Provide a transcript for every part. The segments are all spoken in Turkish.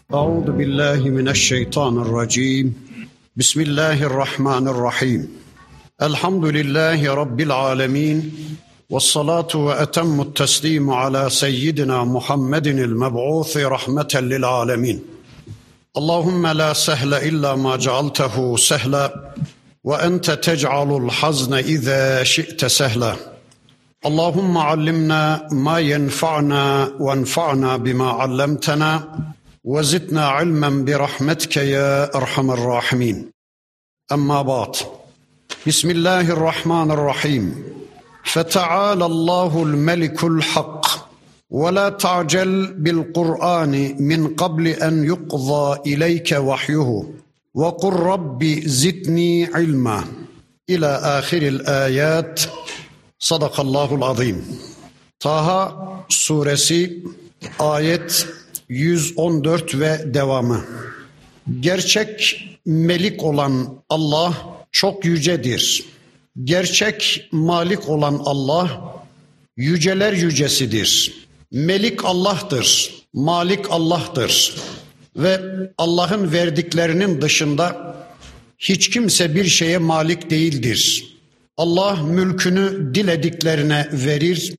أعوذ بالله من الشيطان الرجيم بسم الله الرحمن الرحيم الحمد لله رب العالمين والصلاة وأتم التسليم على سيدنا محمد المبعوث رحمة للعالمين اللهم لا سهل إلا ما جعلته سهلا وأنت تجعل الحزن إذا شئت سهلا اللهم علمنا ما ينفعنا وانفعنا بما علمتنا وزدنا علما برحمتك يا أرحم الراحمين أما بعد بسم الله الرحمن الرحيم فتعالى الله الملك الحق ولا تعجل بالقرآن من قبل أن يقضى إليك وحيه وقل رب زدني علما إلى آخر الآيات صدق الله العظيم. Taha suresi ayet 114 ve devamı. Gerçek melik olan Allah çok yücedir. Gerçek malik olan Allah yüceler yücesidir. Melik Allah'tır, malik Allah'tır ve Allah'ın verdiklerinin dışında hiç kimse bir şeye malik değildir. Allah mülkünü dilediklerine verir,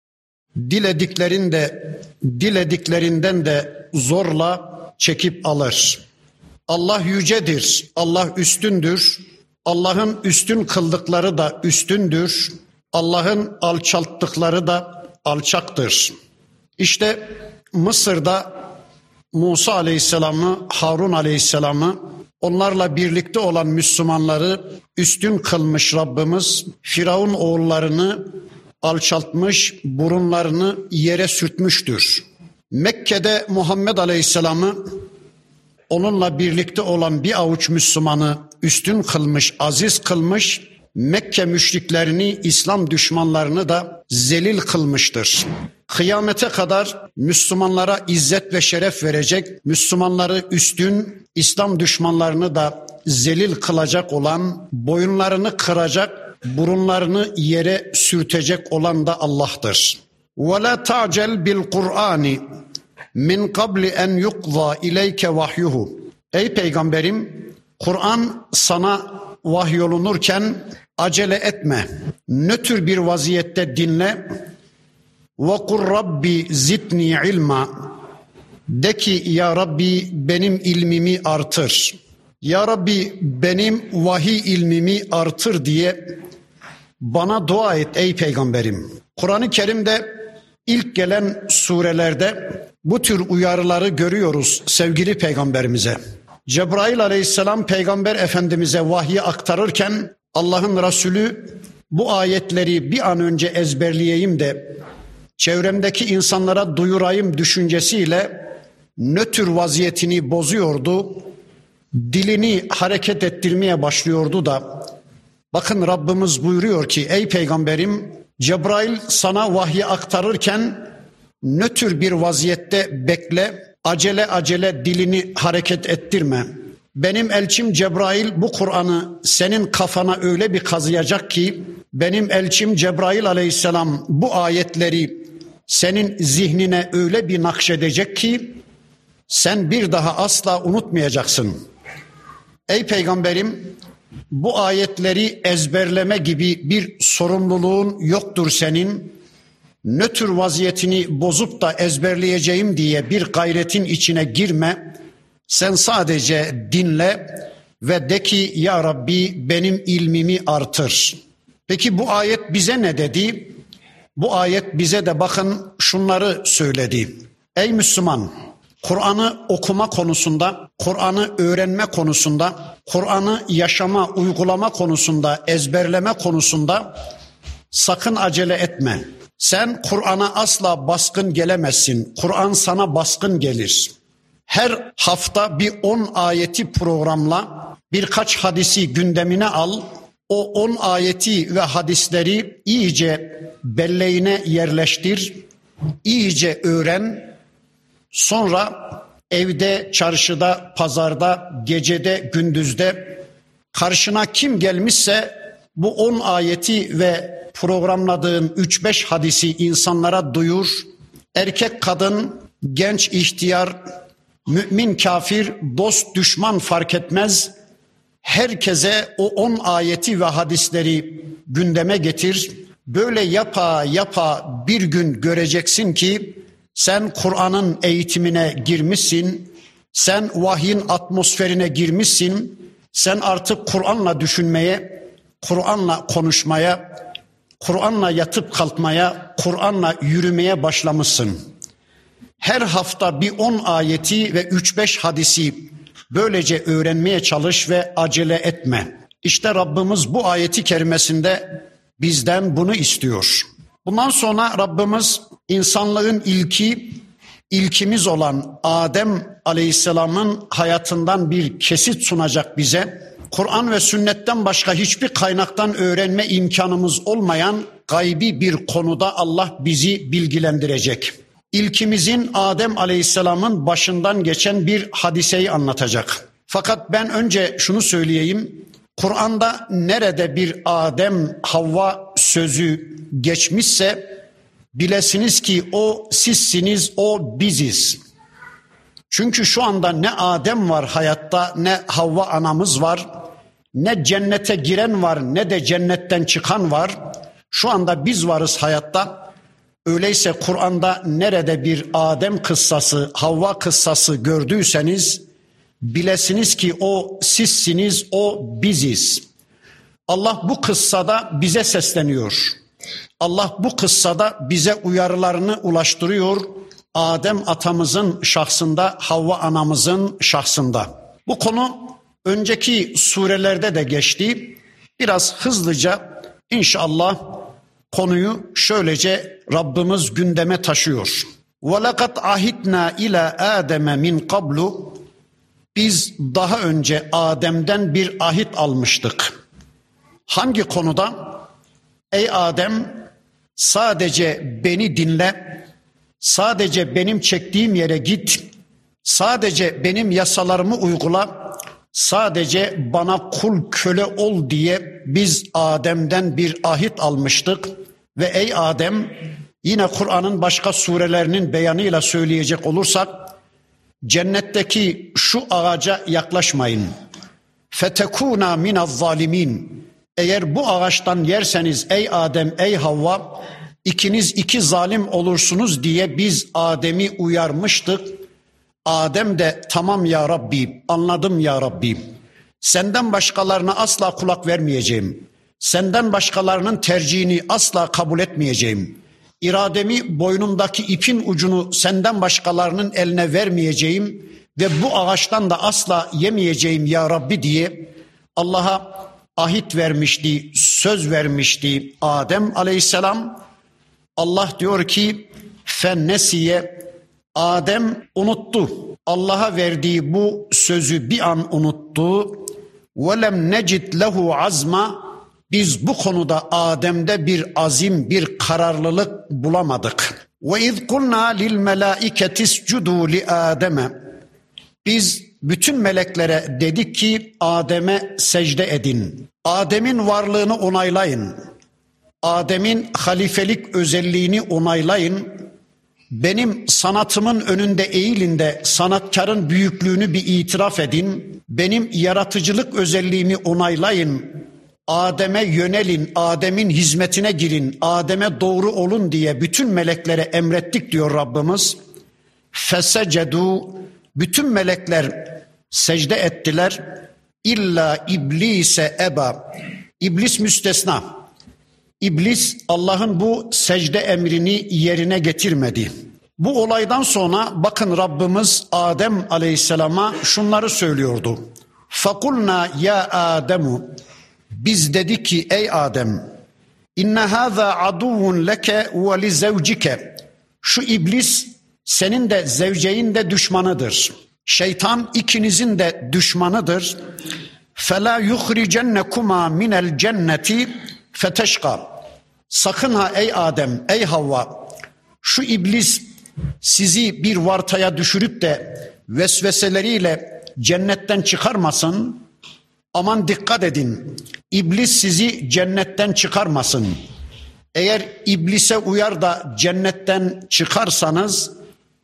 dilediklerinden de zorla çekip alır. Allah yücedir, Allah üstündür. Allah'ın üstün kıldıkları da üstündür. Allah'ın alçalttıkları da alçaktır. İşte Mısır'da Musa Aleyhisselam'ı, Harun Aleyhisselam'ı, onlarla birlikte olan Müslümanları üstün kılmış Rabbimiz, Firavun oğullarını alçaltmış, burunlarını yere sürtmüştür. Mekke'de Muhammed Aleyhisselam'ı, onunla birlikte olan bir avuç Müslümanı üstün kılmış, aziz kılmış, Mekke müşriklerini, İslam düşmanlarını da zelil kılmıştır. Kıyamete kadar Müslümanlara izzet ve şeref verecek, Müslümanları üstün, İslam düşmanlarını da zelil kılacak olan, boyunlarını kıracak, burunlarını yere sürtecek olan da Allah'tır. وَلَا تَعْجَلْ بِالْقُرْآنِ مِنْ قَبْلِ اَنْ يُقْضَى اِلَيْكَ وَحْيُهُ. Ey Peygamberim, Kur'an sana vahyolunurken acele etme. Nötr bir vaziyette dinle. وَقُلْ رَبِّ زِدْنِي عِلْمًا. De ki ya Rabbi benim ilmimi artır. Ya Rabbi benim vahiy ilmimi artır diye bana dua et ey Peygamberim. Kur'an-ı Kerim'de ilk gelen surelerde bu tür uyarıları görüyoruz sevgili Peygamberimize. Cebrail Aleyhisselam Peygamber Efendimiz'e vahyi aktarırken Allah'ın Resulü bu ayetleri bir an önce ezberleyeyim de çevremdeki insanlara duyurayım düşüncesiyle nötr vaziyetini bozuyordu. Dilini hareket ettirmeye başlıyordu da bakın Rabbimiz buyuruyor ki ey Peygamberim Cebrail sana vahyi aktarırken nötr bir vaziyette bekle, acele dilini hareket ettirme. Benim elçim Cebrail bu Kur'an'ı senin kafana öyle bir kazıyacak ki benim elçim Cebrail Aleyhisselam bu ayetleri senin zihnine öyle bir nakşedecek ki sen bir daha asla unutmayacaksın. Ey Peygamberim bu ayetleri ezberleme gibi bir sorumluluğun yoktur senin. Nötr vaziyetini bozup da ezberleyeceğim diye bir gayretin içine girme. Sen sadece dinle ve de ki ya Rabbi benim ilmimi artır. Peki bu ayet bize ne dedi? Bu ayet bize de bakın şunları söyledi. Ey Müslüman, Kur'an'ı okuma konusunda, Kur'an'ı öğrenme konusunda, Kur'an'ı yaşama, uygulama konusunda, ezberleme konusunda sakın acele etme. Sen Kur'an'a asla baskın gelemezsin. Kur'an sana baskın gelir. Her hafta bir 10 ayeti programla, birkaç hadisi gündemine al. O 10 ayeti ve hadisleri iyice belleğine yerleştir. İyice öğren. Sonra evde, çarşıda, pazarda, gecede, gündüzde karşına kim gelmişse bu 10 ayeti ve programladığın 3-5 hadisi insanlara duyur. Erkek, kadın, genç, ihtiyar, Mümin, kafir, dost, düşman fark etmez. Herkese o 10 ayeti ve hadisleri gündeme getir. Böyle yapa yapa bir gün göreceksin ki sen Kur'an'ın eğitimine girmişsin. Sen vahyin atmosferine girmişsin. Sen artık Kur'an'la düşünmeye, Kur'an'la konuşmaya, Kur'an'la yatıp kalkmaya, Kur'an'la yürümeye başlamışsın. Her hafta bir 10 ayeti ve 3-5 hadisi böylece öğrenmeye çalış ve acele etme. İşte Rabbimiz bu ayeti kerimesinde bizden bunu istiyor. Bundan sonra Rabbimiz insanlığın ilkimiz olan Adem Aleyhisselam'ın hayatından bir kesit sunacak bize. Kur'an ve sünnetten başka hiçbir kaynaktan öğrenme imkanımız olmayan gaybi bir konuda Allah bizi bilgilendirecek. İlkimizin Adem Aleyhisselam'ın başından geçen bir hadiseyi anlatacak. Fakat ben önce şunu söyleyeyim. Kur'an'da nerede bir Adem Havva sözü geçmişse bilesiniz ki o sizsiniz, o biziz. Çünkü şu anda ne Adem var hayatta, ne Havva anamız var, ne cennete giren var, ne de cennetten çıkan var. Şu anda biz varız hayatta. Öyleyse Kur'an'da nerede bir Adem kıssası, Havva kıssası gördüyseniz bilesiniz ki o sizsiniz, o biziz. Allah bu kıssada bize sesleniyor. Allah bu kıssada bize uyarılarını ulaştırıyor. Adem atamızın şahsında, Havva anamızın şahsında. Bu konu önceki surelerde de geçti. Biraz hızlıca inşallah konuyu şöylece Rabbimiz gündeme taşıyor. وَلَقَدْ عَهِدْنَا اِلَى آدَمَ مِنْ قَبْلُ Biz daha önce Adem'den bir ahit almıştık. Hangi konuda? Ey Adem, sadece beni dinle, sadece benim çektiğim yere git, sadece benim yasalarımı uygula, sadece bana kul köle ol diye biz Adem'den bir ahit almıştık. Ve ey Adem, yine Kur'an'ın başka surelerinin beyanıyla söyleyecek olursak, cennetteki şu ağaca yaklaşmayın. Fetekuna minaz zalimin. Eğer bu ağaçtan yerseniz ey Adem, ey Havva, ikiniz iki zalim olursunuz diye biz Adem'i uyarmıştık. Adem de tamam ya Rabbi, anladım ya Rabbi. Senden başkalarına asla kulak vermeyeceğim. Senden başkalarının tercihini asla kabul etmeyeceğim. İrademi, boynumdaki ipin ucunu senden başkalarının eline vermeyeceğim ve bu ağaçtan da asla yemeyeceğim ya Rabbi diye Allah'a ahit vermişti, söz vermişti Adem Aleyhisselam. Allah diyor ki fennesiye, Adem unuttu. Allah'a verdiği bu sözü bir an unuttu. وَلَمْ نَجِدْ لَهُ azma. Biz bu konuda Adem'de bir azim, bir kararlılık bulamadık. وَاِذْ قُلْنَا لِلْمَلَائِكَةِ اسْجُدُوا لِآدَمَ Biz bütün meleklere dedik ki Adem'e secde edin. Adem'in varlığını onaylayın. Adem'in halifelik özelliğini onaylayın. Benim sanatımın önünde eğilin de sanatkarın büyüklüğünü bir itiraf edin. Benim yaratıcılık özelliğimi onaylayın. Adem'e yönelin, Adem'in hizmetine girin, Adem'e doğru olun diye bütün meleklere emrettik diyor Rabbimiz. Fesecedu, bütün melekler secde ettiler. İlla iblise eba, İblis müstesna. İblis Allah'ın bu secde emrini yerine getirmedi. Bu olaydan sonra bakın Rabbimiz Adem Aleyhisselam'a şunları söylüyordu. Fakulna ya Ademu, biz dedik ki ey Adem, inne hâzâ aduvun leke ve li zevcike. Şu iblis senin de zevceğin de düşmanıdır. Şeytan ikinizin de düşmanıdır. Fela yuhricennekuma minel cenneti feteşka. Sakın ha ey Adem, ey Havva, şu iblis sizi bir vartaya düşürüp de vesveseleriyle cennetten çıkarmasın. Aman dikkat edin, iblis sizi cennetten çıkarmasın. Eğer iblise uyar da cennetten çıkarsanız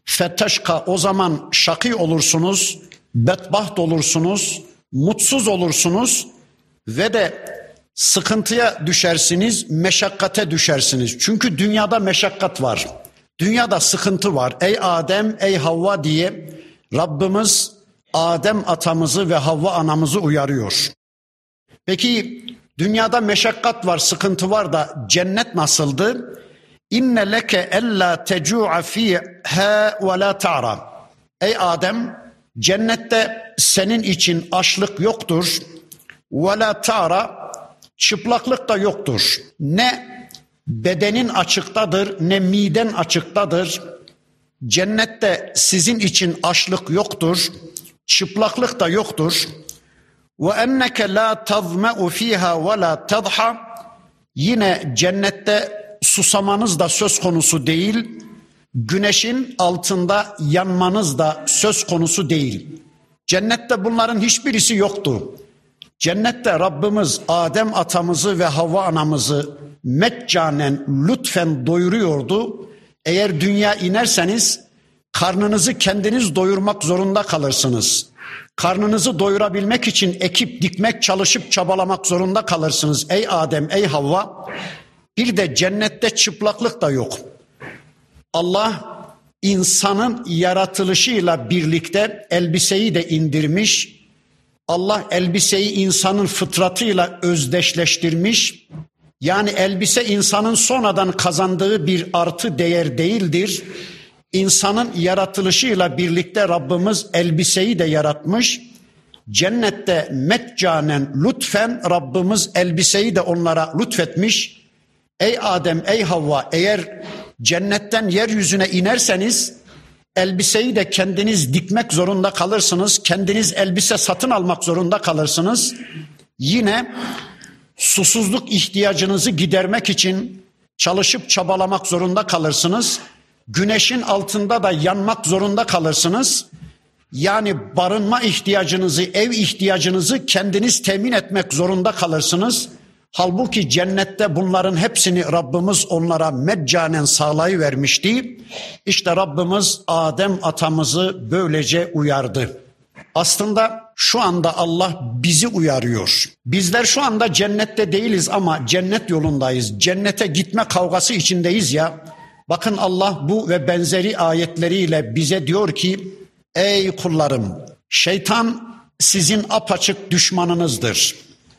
Fetteşka, o zaman şakî olursunuz, bedbaht olursunuz, mutsuz olursunuz ve de sıkıntıya düşersiniz, meşakkate düşersiniz. Çünkü dünyada meşakkat var. Dünyada sıkıntı var. Ey Adem, ey Havva diye Rabbimiz Adem atamızı ve Havva anamızı uyarıyor. Peki dünyada meşakkat var, sıkıntı var da cennet nasıldı? İnne leke ella tecu'a fiha ve la ta'ra. Ey Adem, cennette senin için açlık yoktur. Ve la ta'ra, çıplaklık da yoktur. Ne bedenin açıktadır, ne miden açıktadır. Cennette sizin için açlık yoktur, çıplaklık da yoktur. Ve enneke la tazma'u fiha ve la tadha. Yine cennette susamanız da söz konusu değil, güneşin altında yanmanız da söz konusu değil. Cennette bunların hiçbirisi yoktu. Cennette Rabbimiz Adem atamızı ve Havva anamızı meccanen, lütfen doyuruyordu. Eğer dünya inerseniz karnınızı kendiniz doyurmak zorunda kalırsınız. Karnınızı doyurabilmek için ekip dikmek, çalışıp çabalamak zorunda kalırsınız. Ey Adem, ey Havva. Bir de cennette çıplaklık da yok. Allah insanın yaratılışıyla birlikte elbiseyi de indirmiş. Allah elbiseyi insanın fıtratıyla özdeşleştirmiş. Yani elbise insanın sonradan kazandığı bir artı değer değildir. İnsanın yaratılışıyla birlikte Rabbimiz elbiseyi de yaratmış. Cennette meccanen, lütfen Rabbimiz elbiseyi de onlara lütfetmiş. Ey Adem, ey Havva, eğer cennetten yeryüzüne inerseniz elbiseyi de kendiniz dikmek zorunda kalırsınız. Kendiniz elbise satın almak zorunda kalırsınız. Yine susuzluk ihtiyacınızı gidermek için çalışıp çabalamak zorunda kalırsınız. Güneşin altında da yanmak zorunda kalırsınız. Yani barınma ihtiyacınızı, ev ihtiyacınızı kendiniz temin etmek zorunda kalırsınız. Halbuki cennette bunların hepsini Rabbimiz onlara meccanen sağlayıvermişti. İşte Rabbimiz Adem atamızı böylece uyardı. Aslında şu anda Allah bizi uyarıyor. Bizler şu anda cennette değiliz ama cennet yolundayız. Cennete gitme kavgası içindeyiz ya. Bakın Allah bu ve benzeri ayetleriyle bize diyor ki, ey kullarım, şeytan sizin apaçık düşmanınızdır.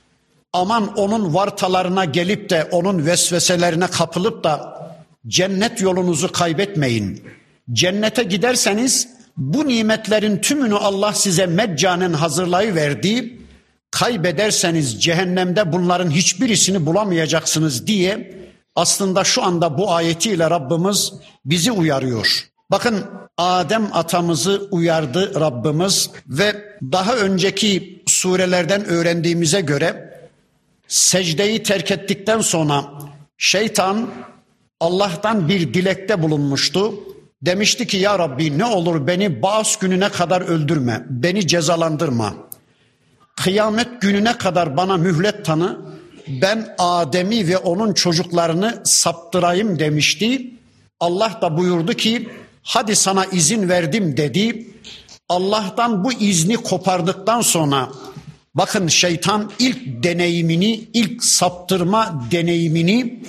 Aman onun vartalarına gelip de onun vesveselerine kapılıp da cennet yolunuzu kaybetmeyin. Cennete giderseniz bu nimetlerin tümünü Allah size meccanen hazırlayıverdi. Kaybederseniz cehennemde bunların hiçbirisini bulamayacaksınız diye aslında şu anda bu ayetiyle Rabbimiz bizi uyarıyor. Bakın Adem atamızı uyardı Rabbimiz ve daha önceki surelerden öğrendiğimize göre secdeyi terk ettikten sonra şeytan Allah'tan bir dilekte bulunmuştu. Demişti ki ya Rabbi ne olur beni Ba'as gününe kadar öldürme, beni cezalandırma. Kıyamet gününe kadar bana mühlet tanı, ben Adem'i ve onun çocuklarını saptırayım demişti. Allah da buyurdu ki hadi sana izin verdim dedi. Allah'tan bu izni kopardıktan sonra bakın şeytan ilk deneyimini, ilk saptırma deneyimini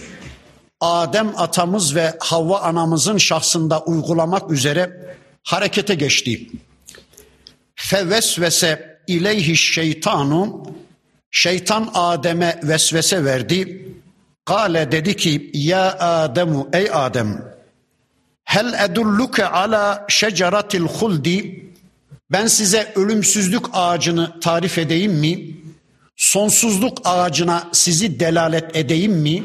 Adem atamız ve Havva anamızın şahsında uygulamak üzere harekete geçti. Fevesvese ileyhi şeytanu, şeytan Adem'e vesvese verdi. Kale dedi ki ya Ademu, ey Adem, hel edulluke ala şeceratil huldi, ben size ölümsüzlük ağacını tarif edeyim mi? Sonsuzluk ağacına sizi delalet edeyim mi?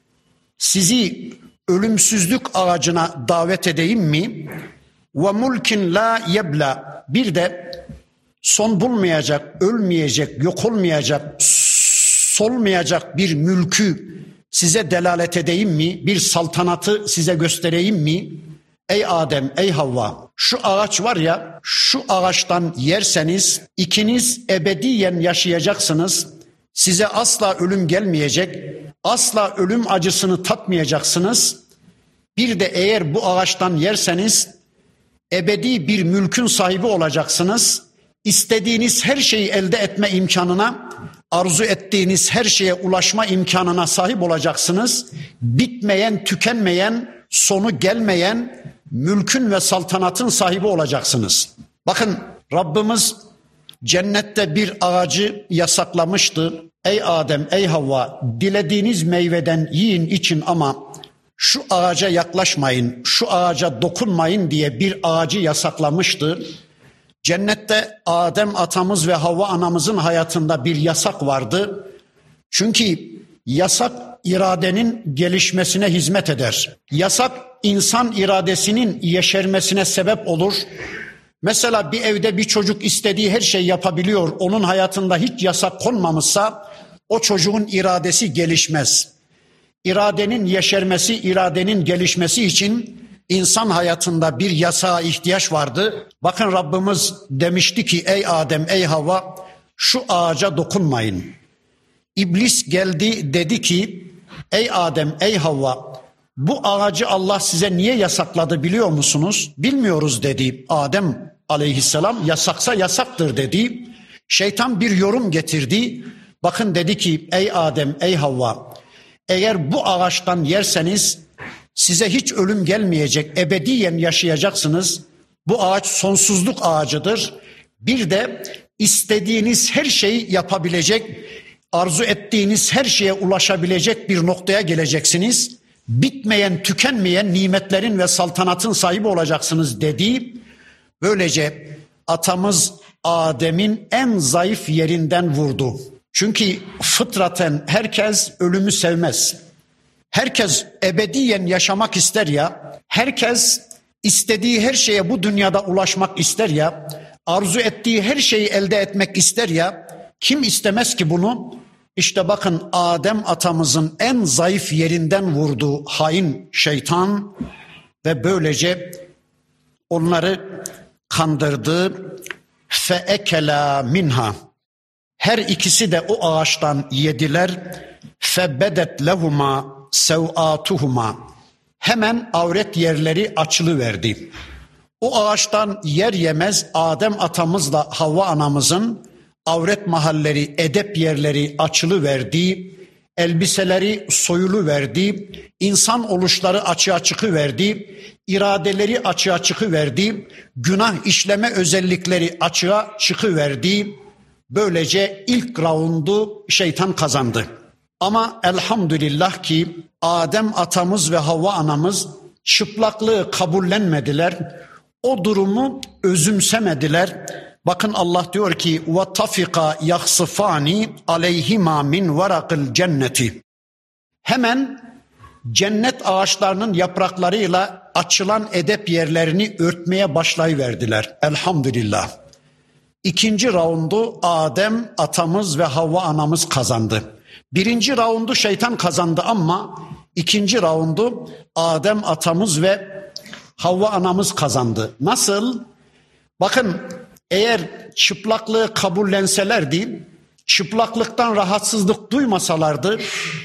Sizi ölümsüzlük ağacına davet edeyim mi? Ve mulkin la yebla, bir de son bulmayacak, ölmeyecek, yok olmayacak, solmayacak bir mülkü size delalet edeyim mi? Bir saltanatı size göstereyim mi? Ey Adem, ey Havva, şu ağaç var ya, şu ağaçtan yerseniz ikiniz ebediyen yaşayacaksınız. Size asla ölüm gelmeyecek, asla ölüm acısını tatmayacaksınız. Bir de eğer bu ağaçtan yerseniz Ebedi bir mülkün sahibi olacaksınız. İstediğiniz her şeyi elde etme imkanına, arzu ettiğiniz her şeye ulaşma imkanına sahip olacaksınız. Bitmeyen, tükenmeyen, sonu gelmeyen mülkün ve saltanatın sahibi olacaksınız. Bakın Rabbimiz cennette bir ağacı yasaklamıştı. Ey Adem, ey Havva, dilediğiniz meyveden yiyin için ama şu ağaca yaklaşmayın, şu ağaca dokunmayın diye bir ağacı yasaklamıştı. Cennette Adem atamız ve Havva anamızın hayatında bir yasak vardı. Çünkü yasak iradenin gelişmesine hizmet eder. Yasak insan iradesinin yeşermesine sebep olur. Mesela bir evde bir çocuk istediği her şeyi yapabiliyor. Onun hayatında hiç yasak konmamışsa o çocuğun iradesi gelişmez. İradenin yeşermesi, iradenin gelişmesi için insan hayatında bir yasağa ihtiyaç vardı. Bakın Rabbimiz demişti ki ey Adem, ey Havva şu ağaca dokunmayın. İblis geldi dedi ki ey Adem, ey Havva bu ağacı Allah size niye yasakladı biliyor musunuz? Bilmiyoruz dedi. Adem aleyhisselam yasaksa yasaktır dedi. Şeytan bir yorum getirdi. Bakın dedi ki ey Adem, ey Havva eğer bu ağaçtan yerseniz size hiç ölüm gelmeyecek, ebediyen yaşayacaksınız. Bu ağaç sonsuzluk ağacıdır. Bir de istediğiniz her şeyi yapabilecek, arzu ettiğiniz her şeye ulaşabilecek bir noktaya geleceksiniz. Bitmeyen, tükenmeyen nimetlerin ve saltanatın sahibi olacaksınız dedi. Böylece atamız Adem'in en zayıf yerinden vurdu. Çünkü fıtraten herkes ölümü sevmez. Herkes ebediyen yaşamak ister ya, herkes istediği her şeye bu dünyada ulaşmak ister ya, arzu ettiği her şeyi elde etmek ister ya, kim istemez ki bunu? İşte bakın Adem atamızın en zayıf yerinden vurdu hain şeytan ve böylece onları kandırdı. Feekela minha. Her ikisi de o ağaçtan yediler. Febedet lehuma sevatuhuma. Hemen avret yerleri açılıverdi. O ağaçtan yer yemez Adem atamızla Havva anamızın avret mahalleri, edep yerleri açılıverdi. Elbiseleri soyuluverdi. İnsan oluşları açığa çıkıverdi. İradeleri açığa çıkıverdi. Günah işleme özellikleri açığa çıkıverdi. Böylece ilk raundu şeytan kazandı. Ama elhamdülillah ki Adem atamız ve Havva anamız çıplaklığı kabullenmediler. O durumu özümsemediler. Bakın Allah diyor ki وَتَفِقَ يَخْصِفَانِ عَلَيْهِمَا مِنْ وَرَقِ الْجَنَّةِ. Hemen cennet ağaçlarının yapraklarıyla açılan edep yerlerini örtmeye başlayıverdiler. Elhamdülillah. İkinci raundu Adem atamız ve Havva anamız kazandı. Birinci raundu şeytan kazandı ama ikinci raundu Adem atamız ve Havva anamız kazandı. Nasıl? Bakın eğer çıplaklığı kabullenselerdi, çıplaklıktan rahatsızlık duymasalardı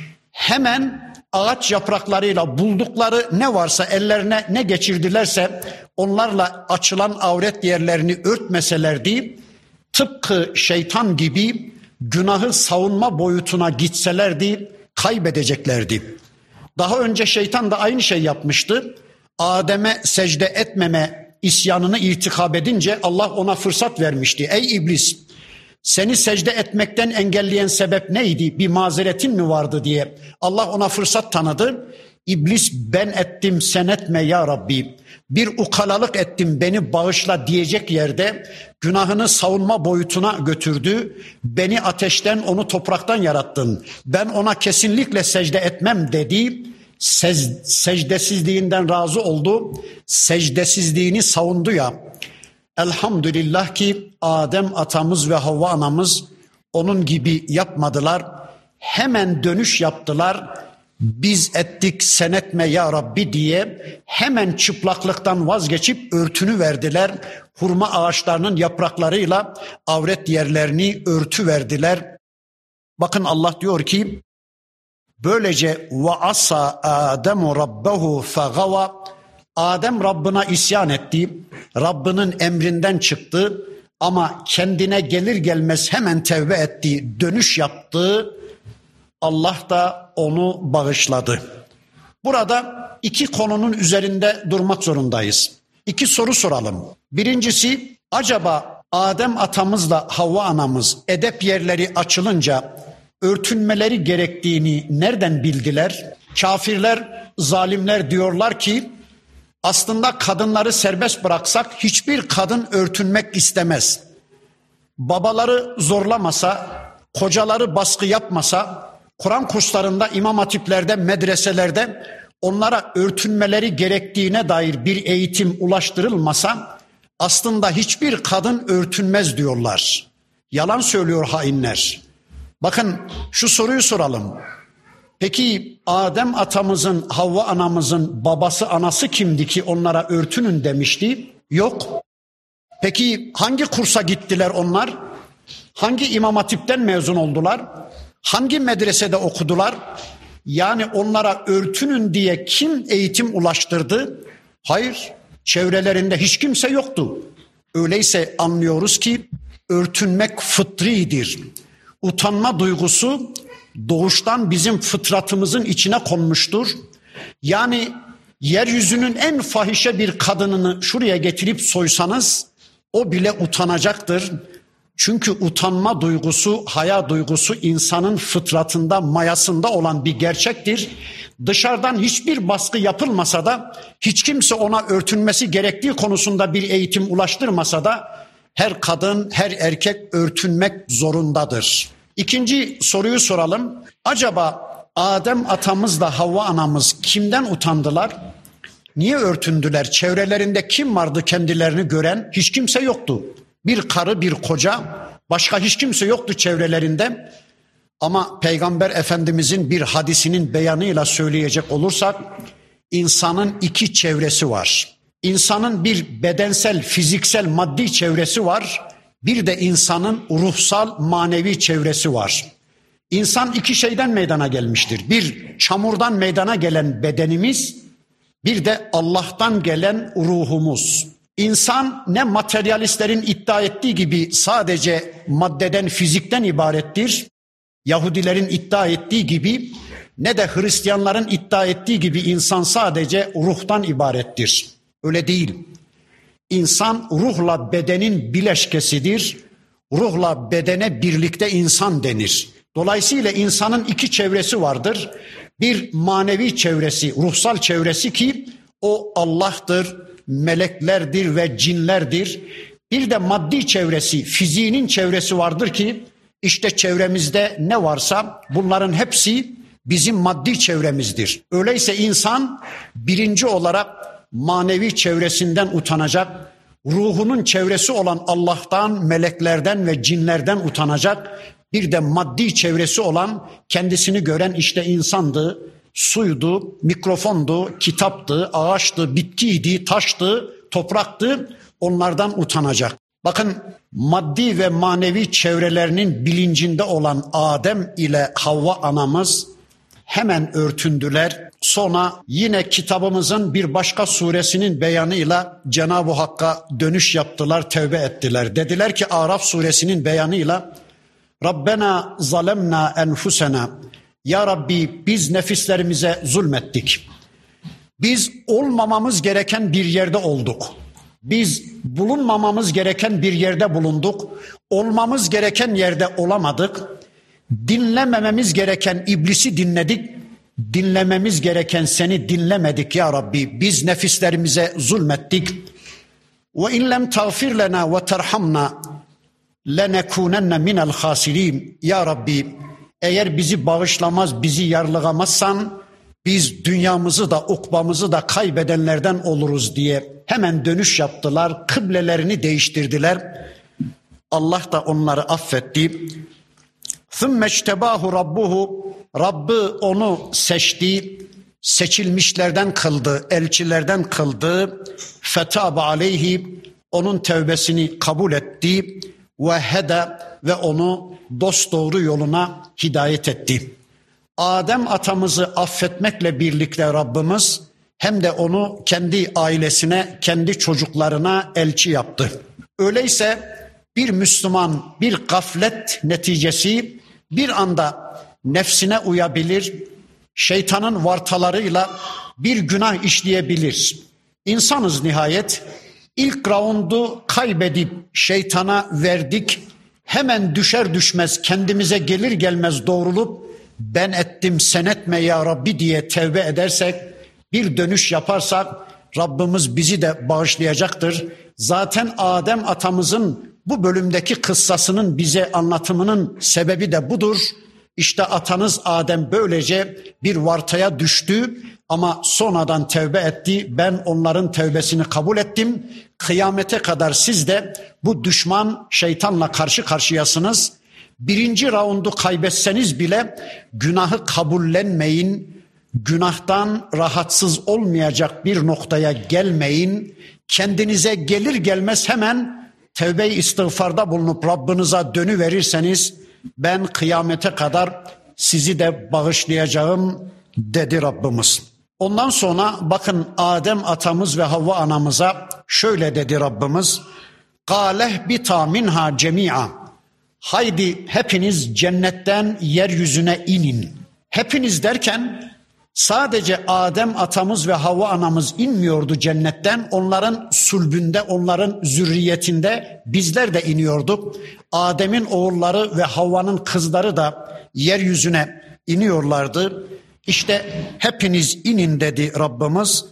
hemen ağaç yapraklarıyla buldukları ne varsa ellerine ne geçirdilerse onlarla açılan avret yerlerini örtmeselerdi, tıpkı şeytan gibi günahı savunma boyutuna gitselerdi kaybedeceklerdi. Daha önce şeytan da aynı şey yapmıştı. Adem'e secde etmeme isyanını irtikab edince Allah ona fırsat vermişti. Ey iblis, seni secde etmekten engelleyen sebep neydi? Bir mazeretin mi vardı diye. Allah ona fırsat tanıdı. İblis ben ettim sen etme ya Rabbi. Bir ukalalık ettim beni bağışla diyecek yerde günahını savunma boyutuna götürdü. Beni ateşten onu topraktan yarattın. Ben ona kesinlikle secde etmem dedi. Secdesizliğinden razı oldu. Secdesizliğini savundu ya. Elhamdülillah ki Adem atamız ve Havva anamız onun gibi yapmadılar. Hemen dönüş yaptılar. Biz ettik sen etme ya Rabbi diye hemen çıplaklıktan vazgeçip örtünü verdiler. Hurma ağaçlarının yapraklarıyla avret yerlerini örtü verdiler. Bakın Allah diyor ki böylece ve asa Ademu rabbehu fegava. Adem Rabbına isyan etti, Rabbinin emrinden çıktı ama kendine gelir gelmez hemen tevbe etti, dönüş yaptı. Allah da onu bağışladı. Burada iki konunun üzerinde durmak zorundayız. İki soru soralım. Birincisi, acaba Adem atamızla Havva anamız edep yerleri açılınca örtünmeleri gerektiğini nereden bildiler? Kafirler, zalimler diyorlar ki aslında kadınları serbest bıraksak hiçbir kadın örtünmek istemez. Babaları zorlamasa, kocaları baskı yapmasa, Kur'an kurslarında, imam hatiplerde, medreselerde onlara örtünmeleri gerektiğine dair bir eğitim ulaştırılmasa aslında hiçbir kadın örtünmez diyorlar. Yalan söylüyor hainler. Bakın şu soruyu soralım. Peki Adem atamızın, Havva anamızın babası anası kimdi ki onlara örtünün demişti? Yok. Peki hangi kursa gittiler onlar? Hangi imam hatipten mezun oldular? Hangi medresede okudular? Yani onlara örtünün diye kim eğitim ulaştırdı? Hayır, çevrelerinde hiç kimse yoktu. Öyleyse anlıyoruz ki örtünmek fıtridir. Utanma duygusu doğuştan bizim fıtratımızın içine konmuştur. Yani yeryüzünün en fahişe bir kadınını şuraya getirip soysanız o bile utanacaktır. Çünkü utanma duygusu, haya duygusu insanın fıtratında, mayasında olan bir gerçektir. Dışarıdan hiçbir baskı yapılmasa da, hiç kimse ona örtünmesi gerektiği konusunda bir eğitim ulaştırmasa da her kadın, her erkek örtünmek zorundadır. İkinci soruyu soralım. Acaba Adem atamızla Havva anamız kimden utandılar? Niye örtündüler? Çevrelerinde kim vardı kendilerini gören? Hiç kimse yoktu. Bir karı, bir koca, başka hiç kimse yoktu çevrelerinde. Ama Peygamber Efendimizin bir hadisinin beyanıyla söyleyecek olursak, insanın iki çevresi var. İnsanın bir bedensel, fiziksel, maddi çevresi var. Bir de insanın ruhsal, manevi çevresi var. İnsan iki şeyden meydana gelmiştir. Bir, çamurdan meydana gelen bedenimiz, bir de Allah'tan gelen ruhumuz. İnsan ne materyalistlerin iddia ettiği gibi sadece maddeden, fizikten ibarettir. Yahudilerin iddia ettiği gibi ne de Hristiyanların iddia ettiği gibi insan sadece ruhtan ibarettir. Öyle değil. İnsan ruhla bedenin bileşkesidir. Ruhla bedene birlikte insan denir. Dolayısıyla insanın iki çevresi vardır. Bir manevi çevresi, ruhsal çevresi ki o Allah'tır, meleklerdir ve cinlerdir. Bir de maddi çevresi, fiziğinin çevresi vardır ki işte çevremizde ne varsa bunların hepsi bizim maddi çevremizdir. Öyleyse insan birinci olarak manevi çevresinden utanacak, ruhunun çevresi olan Allah'tan, meleklerden ve cinlerden utanacak. Bir de maddi çevresi olan kendisini gören işte insandı, suydu, mikrofondu, kitaptı, ağaçtı, bitkiydi, taştı, topraktı, onlardan utanacak. Bakın maddi ve manevi çevrelerinin bilincinde olan Adem ile Havva anamız hemen örtündüler. Sonra yine kitabımızın bir başka suresinin beyanıyla Cenab-ı Hakk'a dönüş yaptılar, tevbe ettiler. Dediler ki Araf suresinin beyanıyla Rabbena zalemna enfusena. Ya Rabbi biz nefislerimize zulmettik. Biz olmamamız gereken bir yerde olduk. Biz bulunmamamız gereken bir yerde bulunduk. Olmamız gereken yerde olamadık. Dinlemememiz gereken iblisi dinledik. Dinlememiz gereken seni dinlemedik ya Rabbi. Biz nefislerimize zulmettik. Ve in lem tağfir lena ve terhamna lenekunenne minel hasirin. Ya Rabbi eğer bizi bağışlamaz, bizi yarlıgamazsan biz dünyamızı da ukbamızı da kaybedenlerden oluruz diye hemen dönüş yaptılar. Kıblelerini değiştirdiler. Allah da onları affetti. ثُمَّ اجْتَبَاهُ رَبُّهُ Rabbı onu seçti, seçilmişlerden kıldı, elçilerden kıldı. فَتَابَ عَلَيْهِ Onun tevbesini kabul etti. وَهَدَى Ve onu dosdoğru yoluna hidayet etti. Adem atamızı affetmekle birlikte Rabbimiz hem de onu kendi ailesine, kendi çocuklarına elçi yaptı. Öyleyse bir Müslüman bir gaflet neticesi bir anda nefsine uyabilir, şeytanın vartalarıyla bir günah işleyebilir. İnsanız nihayet. İlk raundu kaybedip şeytana verdik. Hemen düşer düşmez kendimize gelir gelmez doğrulup ben ettim sen etme ya Rabbi diye tevbe edersek, bir dönüş yaparsak Rabbimiz bizi de bağışlayacaktır. Zaten Adem atamızın bu bölümdeki kıssasının bize anlatımının sebebi de budur. İşte atanız Adem böylece bir vartaya düştü ama sonradan tevbe etti. Ben onların tevbesini kabul ettim. Kıyamete kadar siz de bu düşman şeytanla karşı karşıyasınız. Birinci raundu kaybetseniz bile günahı kabullenmeyin. Günahtan rahatsız olmayacak bir noktaya gelmeyin. Kendinize gelir gelmez hemen tevbe-i istiğfarda bulunup Rabbinize dönüverirseniz ben kıyamete kadar sizi de bağışlayacağım dedi Rabbimiz. Ondan sonra bakın Adem atamız ve Havva anamıza şöyle dedi Rabbimiz. Kâleh bita minha cemi'a. Haydi hepiniz cennetten yeryüzüne inin. Hepiniz derken sadece Adem atamız ve Havva anamız inmiyordu cennetten. Onların sulbünde, onların zürriyetinde bizler de iniyorduk. Adem'in oğulları ve Havva'nın kızları da yeryüzüne iniyorlardı. İşte hepiniz inin dedi Rabbimiz.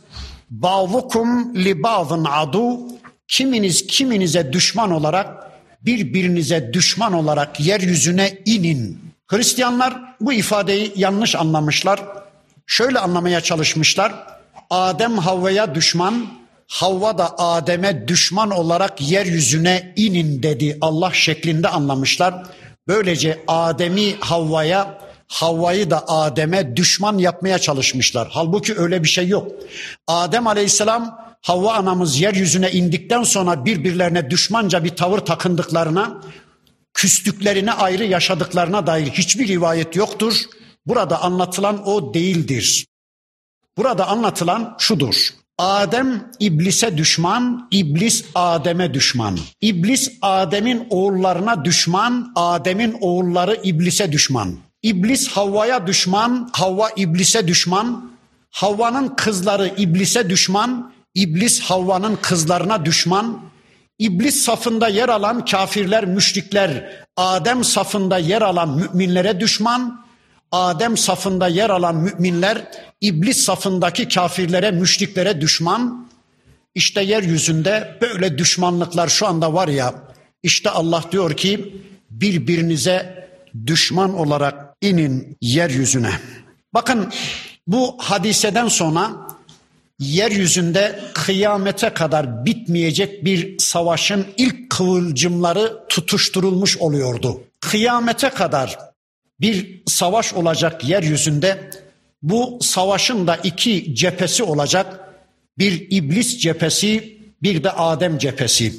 Ba'dukum li ba'din adu. Kiminiz kiminize düşman olarak, birbirinize düşman olarak yeryüzüne inin. Hristiyanlar bu ifadeyi yanlış anlamışlar. Şöyle anlamaya çalışmışlar. Adem Havva'ya düşman, Havva da Adem'e düşman olarak yeryüzüne inin dedi. Allah şeklinde anlamışlar. Böylece Adem'i Havva'ya, Havva'yı da Adem'e düşman yapmaya çalışmışlar. Halbuki öyle bir şey yok. Adem Aleyhisselam, Havva anamız yeryüzüne indikten sonra birbirlerine düşmanca bir tavır takındıklarına, küstüklerine ayrı yaşadıklarına dair hiçbir rivayet yoktur. Burada anlatılan o değildir. Burada anlatılan şudur. Adem iblise düşman, iblis Adem'e düşman. İblis Adem'in oğullarına düşman, Adem'in oğulları iblise düşman. İblis Havva'ya düşman, Havva iblise düşman. Havva'nın kızları iblise düşman, iblis Havva'nın kızlarına düşman. İblis safında yer alan kafirler, müşrikler, Adem safında yer alan müminlere düşman. Adem safında yer alan müminler, iblis safındaki kafirlere, müşriklere düşman. İşte yeryüzünde böyle düşmanlıklar şu anda var ya, işte Allah diyor ki birbirinize düşman olarak inin yeryüzüne. Bakın bu hadiseden sonra yeryüzünde kıyamete kadar bitmeyecek bir savaşın ilk kıvılcımları tutuşturulmuş oluyordu. Kıyamete kadar bir savaş olacak yeryüzünde. Bu savaşın da iki cephesi olacak. Bir iblis cephesi, bir de Adem cephesi.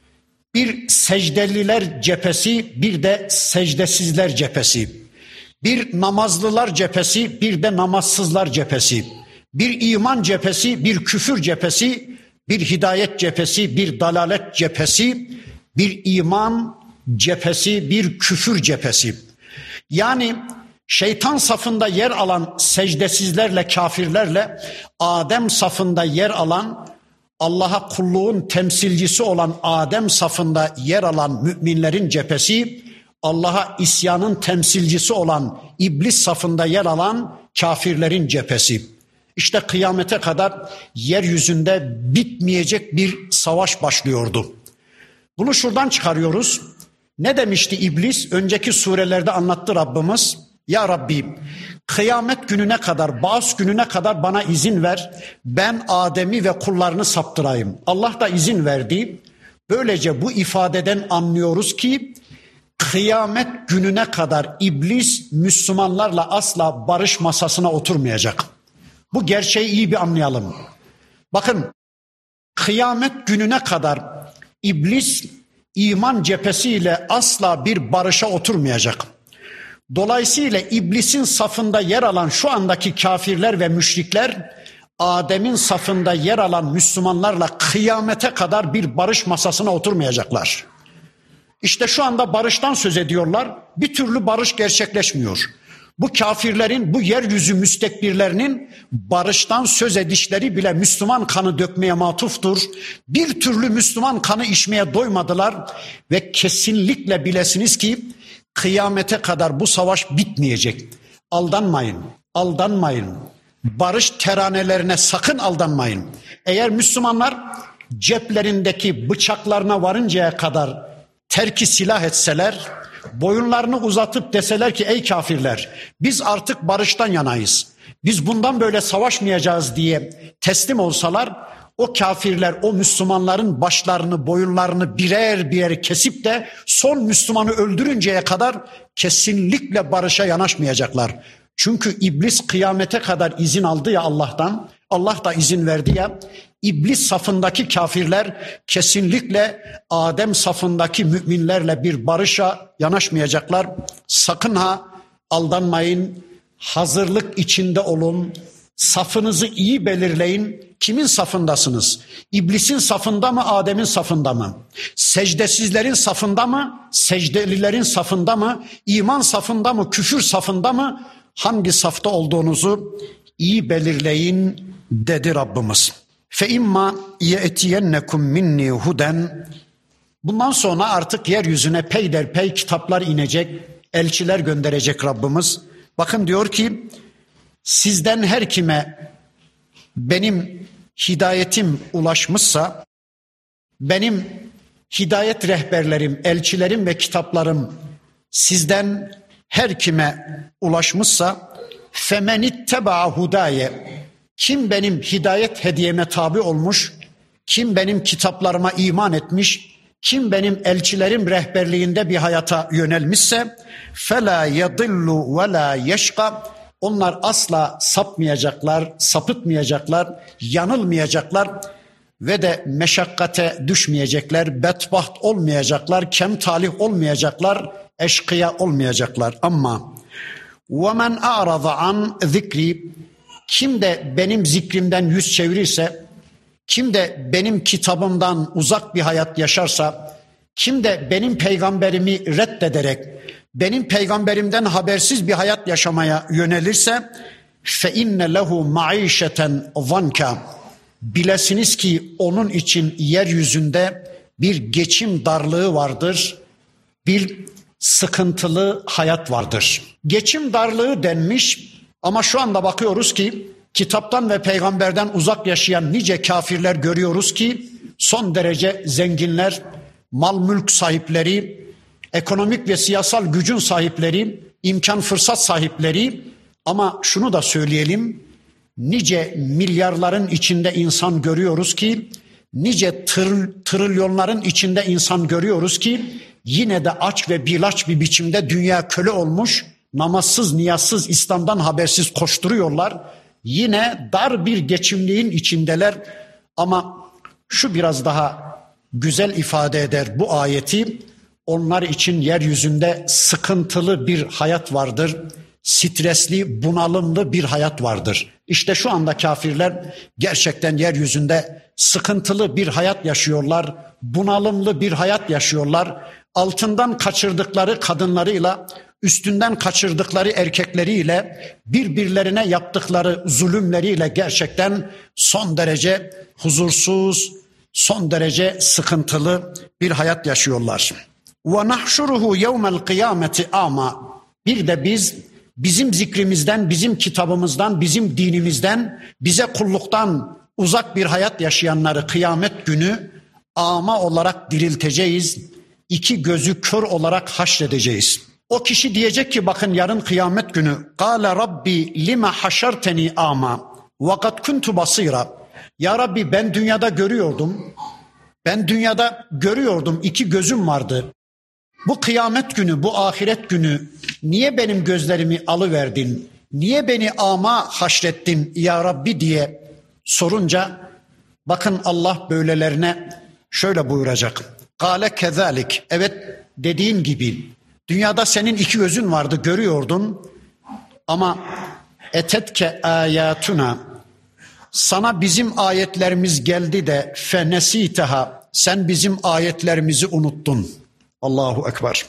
Bir secdeliler cephesi, bir de secdesizler cephesi. Bir namazlılar cephesi, bir de namazsızlar cephesi. Bir iman cephesi, bir küfür cephesi, bir hidayet cephesi, bir dalalet cephesi, bir iman cephesi, bir küfür cephesi. Yani şeytan safında yer alan secdesizlerle, kafirlerle, Adem safında yer alan, Allah'a kulluğun temsilcisi olan Adem safında yer alan müminlerin cephesi, Allah'a isyanın temsilcisi olan iblis safında yer alan kafirlerin cephesi. İşte kıyamete kadar yeryüzünde bitmeyecek bir savaş başlıyordu. Bunu şuradan çıkarıyoruz. Ne demişti iblis? Önceki surelerde anlattı Rabbimiz. Ya Rabbi, kıyamet gününe kadar, Ba'as gününe kadar bana izin ver. Ben Adem'i ve kullarını saptırayım. Allah da izin verdi. Böylece bu ifadeden anlıyoruz ki kıyamet gününe kadar iblis Müslümanlarla asla barış masasına oturmayacak. Bu gerçeği iyi bir anlayalım. Bakın, kıyamet gününe kadar iblis iman cephesiyle asla bir barışa oturmayacak. Dolayısıyla iblisin safında yer alan şu andaki kafirler ve müşrikler Adem'in safında yer alan Müslümanlarla kıyamete kadar bir barış masasına oturmayacaklar. İşte şu anda barıştan söz ediyorlar. Bir türlü barış gerçekleşmiyor. Bu kafirlerin, bu yeryüzü müstekbirlerinin barıştan söz edişleri bile Müslüman kanı dökmeye matuftur. Bir türlü Müslüman kanı içmeye doymadılar ve kesinlikle bilesiniz ki kıyamete kadar bu savaş bitmeyecek. Aldanmayın, aldanmayın. Barış teranelerine sakın aldanmayın. Eğer Müslümanlar ceplerindeki bıçaklarına varıncaya kadar terki silah etseler, boyunlarını uzatıp deseler ki ey kafirler biz artık barıştan yanayız, biz bundan böyle savaşmayacağız diye teslim olsalar, o kafirler o Müslümanların başlarını, boyunlarını birer birer kesip de son Müslümanı öldürünceye kadar kesinlikle barışa yanaşmayacaklar. Çünkü iblis kıyamete kadar izin aldı ya Allah'tan, Allah da izin verdi ya, İblis safındaki kafirler kesinlikle Adem safındaki müminlerle bir barışa yanaşmayacaklar. Sakın ha aldanmayın, hazırlık içinde olun, safınızı iyi belirleyin. Kimin safındasınız? İblisin safında mı, Adem'in safında mı? Secdesizlerin safında mı, secdelilerin safında mı? İman safında mı, küfür safında mı? Hangi safta olduğunuzu iyi belirleyin dedi Rabbimiz. Fe imma ye'tiyennekum minni huden. Bundan sonra artık yeryüzüne peyderpey kitaplar inecek, elçiler gönderecek Rabbimiz. Bakın diyor ki sizden her kime benim hidayetim ulaşmışsa, benim hidayet rehberlerim, elçilerim ve kitaplarım sizden her kime ulaşmışsa femen itteba hudaye, kim benim hidayet hediyeme tabi olmuş, kim benim kitaplarıma iman etmiş, kim benim elçilerim rehberliğinde bir hayata yönelmişse fela yadillu ve la yeşka, onlar asla sapmayacaklar, sapıtmayacaklar, yanılmayacaklar ve de meşakkate düşmeyecekler, bedbaht olmayacaklar, kemtalih olmayacaklar, eşkıya olmayacaklar. Ama وَمَنْ أَعْرَضَ عَنْ ذِكْرِ, kim de benim zikrimden yüz çevirirse, kim de benim kitabımdan uzak bir hayat yaşarsa, kim de benim peygamberimi reddederek, benim peygamberimden habersiz bir hayat yaşamaya yönelirse, فَاِنَّ لَهُ مَعِيشَةً ظَنْكَ, bilesiniz ki onun için yeryüzünde bir geçim darlığı vardır, bir sıkıntılı hayat vardır. Geçim darlığı denmiş ama şu anda bakıyoruz ki kitaptan ve peygamberden uzak yaşayan nice kafirler görüyoruz ki son derece zenginler, mal mülk sahipleri, ekonomik ve siyasal gücün sahipleri, imkan fırsat sahipleri, ama şunu da söyleyelim, nice milyarların içinde insan görüyoruz ki, nice trilyonların içinde insan görüyoruz ki yine de aç ve bilaç bir biçimde dünya köle olmuş, namazsız, niyazsız, İslam'dan habersiz koşturuyorlar. Yine dar bir geçimliğin içindeler ama şu biraz daha güzel ifade eder bu ayeti. Onlar için yeryüzünde sıkıntılı bir hayat vardır. Stresli, bunalımlı bir hayat vardır. İşte şu anda kafirler gerçekten yeryüzünde sıkıntılı bir hayat yaşıyorlar. Bunalımlı bir hayat yaşıyorlar. Altından kaçırdıkları kadınlarıyla, üstünden kaçırdıkları erkekleriyle, birbirlerine yaptıkları zulümleriyle gerçekten son derece huzursuz, son derece sıkıntılı bir hayat yaşıyorlar. وَنَحْشُرُهُ يَوْمَ الْقِيَامَةِ ama bir de bizim zikrimizden, bizim kitabımızdan, bizim dinimizden, bize kulluktan uzak bir hayat yaşayanları kıyamet günü ama olarak dirilteceğiz. İki gözü kör olarak haşredeceğiz. O kişi diyecek ki bakın yarın kıyamet günü قَالَ رَبِّي لِمَ حَشَرْتَنِي آمَا وَقَدْ كُنْتُ بَصِيرًا. Ya Rabbi ben dünyada görüyordum, iki gözüm vardı. Bu kıyamet günü, bu ahiret günü niye benim gözlerimi alıverdin? Niye beni ama haşrettin ya Rabbi diye sorunca bakın Allah böylelerine şöyle buyuracak. Kâle kezalik. Evet dediğin gibi dünyada senin iki gözün vardı, görüyordun ama etetke ayatuna, Sana bizim ayetlerimiz geldi de fenesiteha, sen bizim ayetlerimizi unuttun. Allahu Ekber.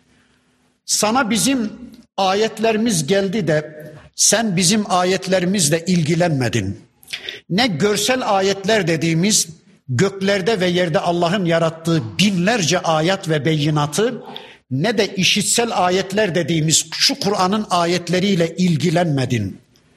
Sana bizim ayetlerimiz geldi de sen bizim ayetlerimizle ilgilenmedin. Ne görsel ayetler dediğimiz göklerde ve yerde Allah'ın yarattığı binlerce ayet ve beyinatı, ne de işitsel ayetler dediğimiz şu Kur'an'ın ayetleriyle ilgilenmedin.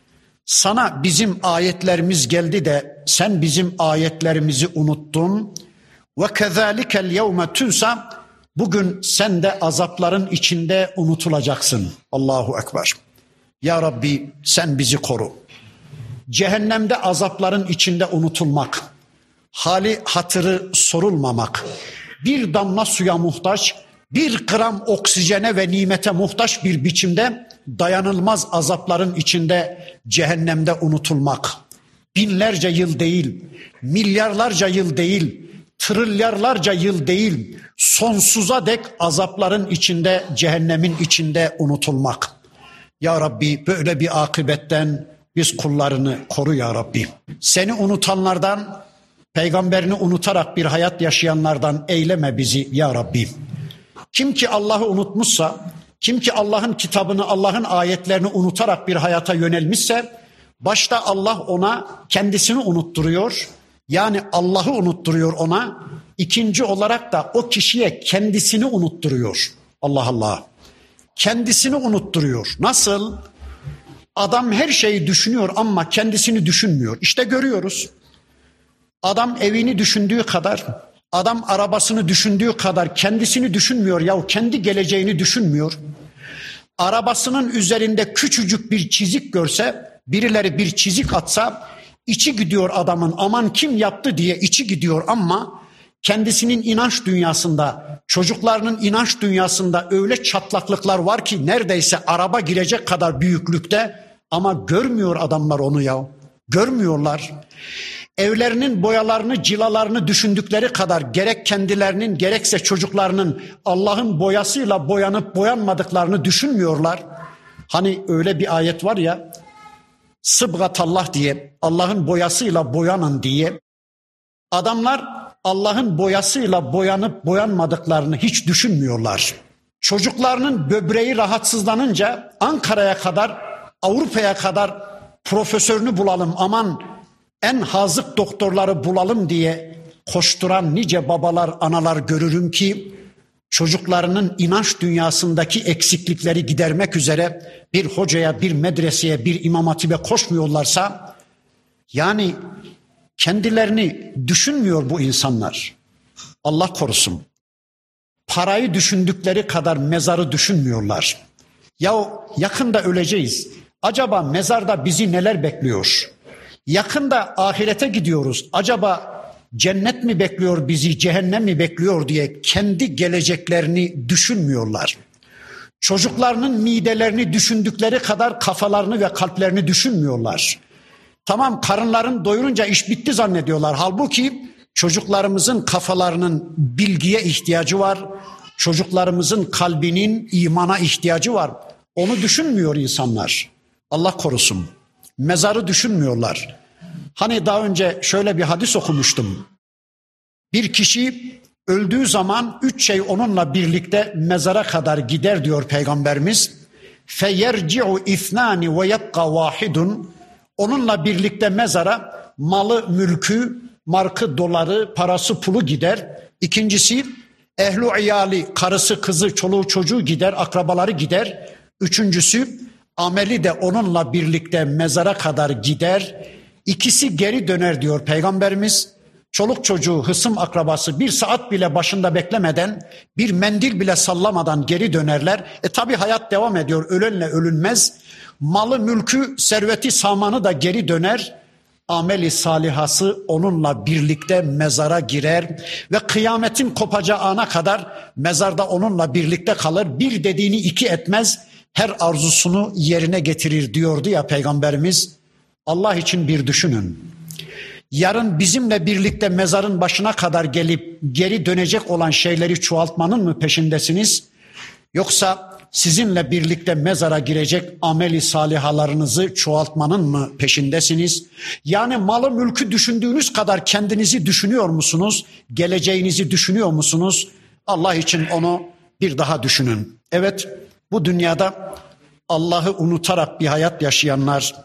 Sana bizim ayetlerimiz geldi de sen bizim ayetlerimizi unuttun. Ve kezalikel yevme tunsa, bugün sen de azapların içinde unutulacaksın. Allahu Ekber. Ya Rabbi sen bizi koru. Cehennemde azapların içinde unutulmak, hali hatırı sorulmamak, bir damla suya muhtaç, bir gram oksijene ve nimete muhtaç bir biçimde dayanılmaz azapların içinde cehennemde unutulmak. Binlerce yıl değil, milyarlarca yıl değil, trilyarlarca yıl değil, sonsuza dek azapların içinde, cehennemin içinde unutulmak. Ya Rabbi böyle bir akıbetten biz kullarını koru ya Rabbi. Seni unutanlardan, peygamberini unutarak bir hayat yaşayanlardan eyleme bizi ya Rabbi. Kim ki Allah'ı unutmuşsa, kim ki Allah'ın kitabını, Allah'ın ayetlerini unutarak bir hayata yönelmişse, başta Allah ona kendisini unutturuyor. Yani Allah'ı unutturuyor ona. İkinci olarak da o kişiye kendisini unutturuyor. Allah Allah. Kendisini unutturuyor. Nasıl? Adam her şeyi düşünüyor ama kendisini düşünmüyor. İşte görüyoruz. Adam evini düşündüğü kadar, adam arabasını düşündüğü kadar kendisini düşünmüyor. Yahu kendi geleceğini düşünmüyor. Arabasının üzerinde küçücük bir çizik görse, birileri bir çizik atsa içi gidiyor adamın, aman kim yaptı diye içi gidiyor ama kendisinin inanç dünyasında, çocuklarının inanç dünyasında öyle çatlaklıklar var ki neredeyse araba girecek kadar büyüklükte ama görmüyor adamlar onu ya. Görmüyorlar. Evlerinin boyalarını, cilalarını düşündükleri kadar gerek kendilerinin gerekse çocuklarının Allah'ın boyasıyla boyanıp boyanmadıklarını düşünmüyorlar. Hani öyle bir ayet var ya, sıbgatallah diye, Allah'ın boyasıyla boyanın diye. Adamlar Allah'ın boyasıyla boyanıp boyanmadıklarını hiç düşünmüyorlar. Çocuklarının böbreği rahatsızlanınca Ankara'ya kadar, Avrupa'ya kadar profesörünü bulalım, aman en hazık doktorları bulalım diye koşturan nice babalar, analar görürüm ki çocuklarının inanç dünyasındaki eksiklikleri gidermek üzere bir hocaya, bir medreseye, bir imam hatibe koşmuyorlarsa, yani kendilerini düşünmüyor bu insanlar. Allah korusun. Parayı düşündükleri kadar mezarı düşünmüyorlar. Ya yakında öleceğiz. Acaba mezarda bizi neler bekliyor? Yakında ahirete gidiyoruz. Acaba cennet mi bekliyor bizi, cehennem mi bekliyor diye kendi geleceklerini düşünmüyorlar. Çocuklarının midelerini düşündükleri kadar kafalarını ve kalplerini düşünmüyorlar. Tamam, karınların doyurunca iş bitti zannediyorlar. Halbuki çocuklarımızın kafalarının bilgiye ihtiyacı var. Çocuklarımızın kalbinin imana ihtiyacı var. Onu düşünmüyor insanlar. Allah korusun. Mezarı düşünmüyorlar. Hani daha önce şöyle bir hadis okumuştum. Bir kişi öldüğü zaman 3 şey onunla birlikte mezara kadar gider diyor Peygamberimiz. Feyerci'u ithnani ve yabqa vahidun. Onunla birlikte mezara malı, mülkü, markı, doları, parası, pulu gider. İkincisi ehlu iyali, karısı, kızı, çoluğu, çocuğu gider, akrabaları gider. Üçüncüsü ameli de onunla birlikte mezara kadar gider. İkisi geri döner diyor Peygamberimiz. Çoluk çocuğu, hısım akrabası bir saat bile başında beklemeden, bir mendil bile sallamadan geri dönerler. Tabi hayat devam ediyor, ölenle ölünmez. Malı, mülkü, serveti, samanı da geri döner. Ameli salihası onunla birlikte mezara girer ve kıyametin kopacağı ana kadar mezarda onunla birlikte kalır. Bir dediğini iki etmez, her arzusunu yerine getirir diyordu ya Peygamberimiz. Allah için bir düşünün. Yarın bizimle birlikte mezarın başına kadar gelip geri dönecek olan şeyleri çoğaltmanın mı peşindesiniz? Yoksa sizinle birlikte mezara girecek ameli salihalarınızı çoğaltmanın mı peşindesiniz? Yani malı mülkü düşündüğünüz kadar kendinizi düşünüyor musunuz? Geleceğinizi düşünüyor musunuz? Allah için onu bir daha düşünün. Evet, bu dünyada Allah'ı unutarak bir hayat yaşayanlar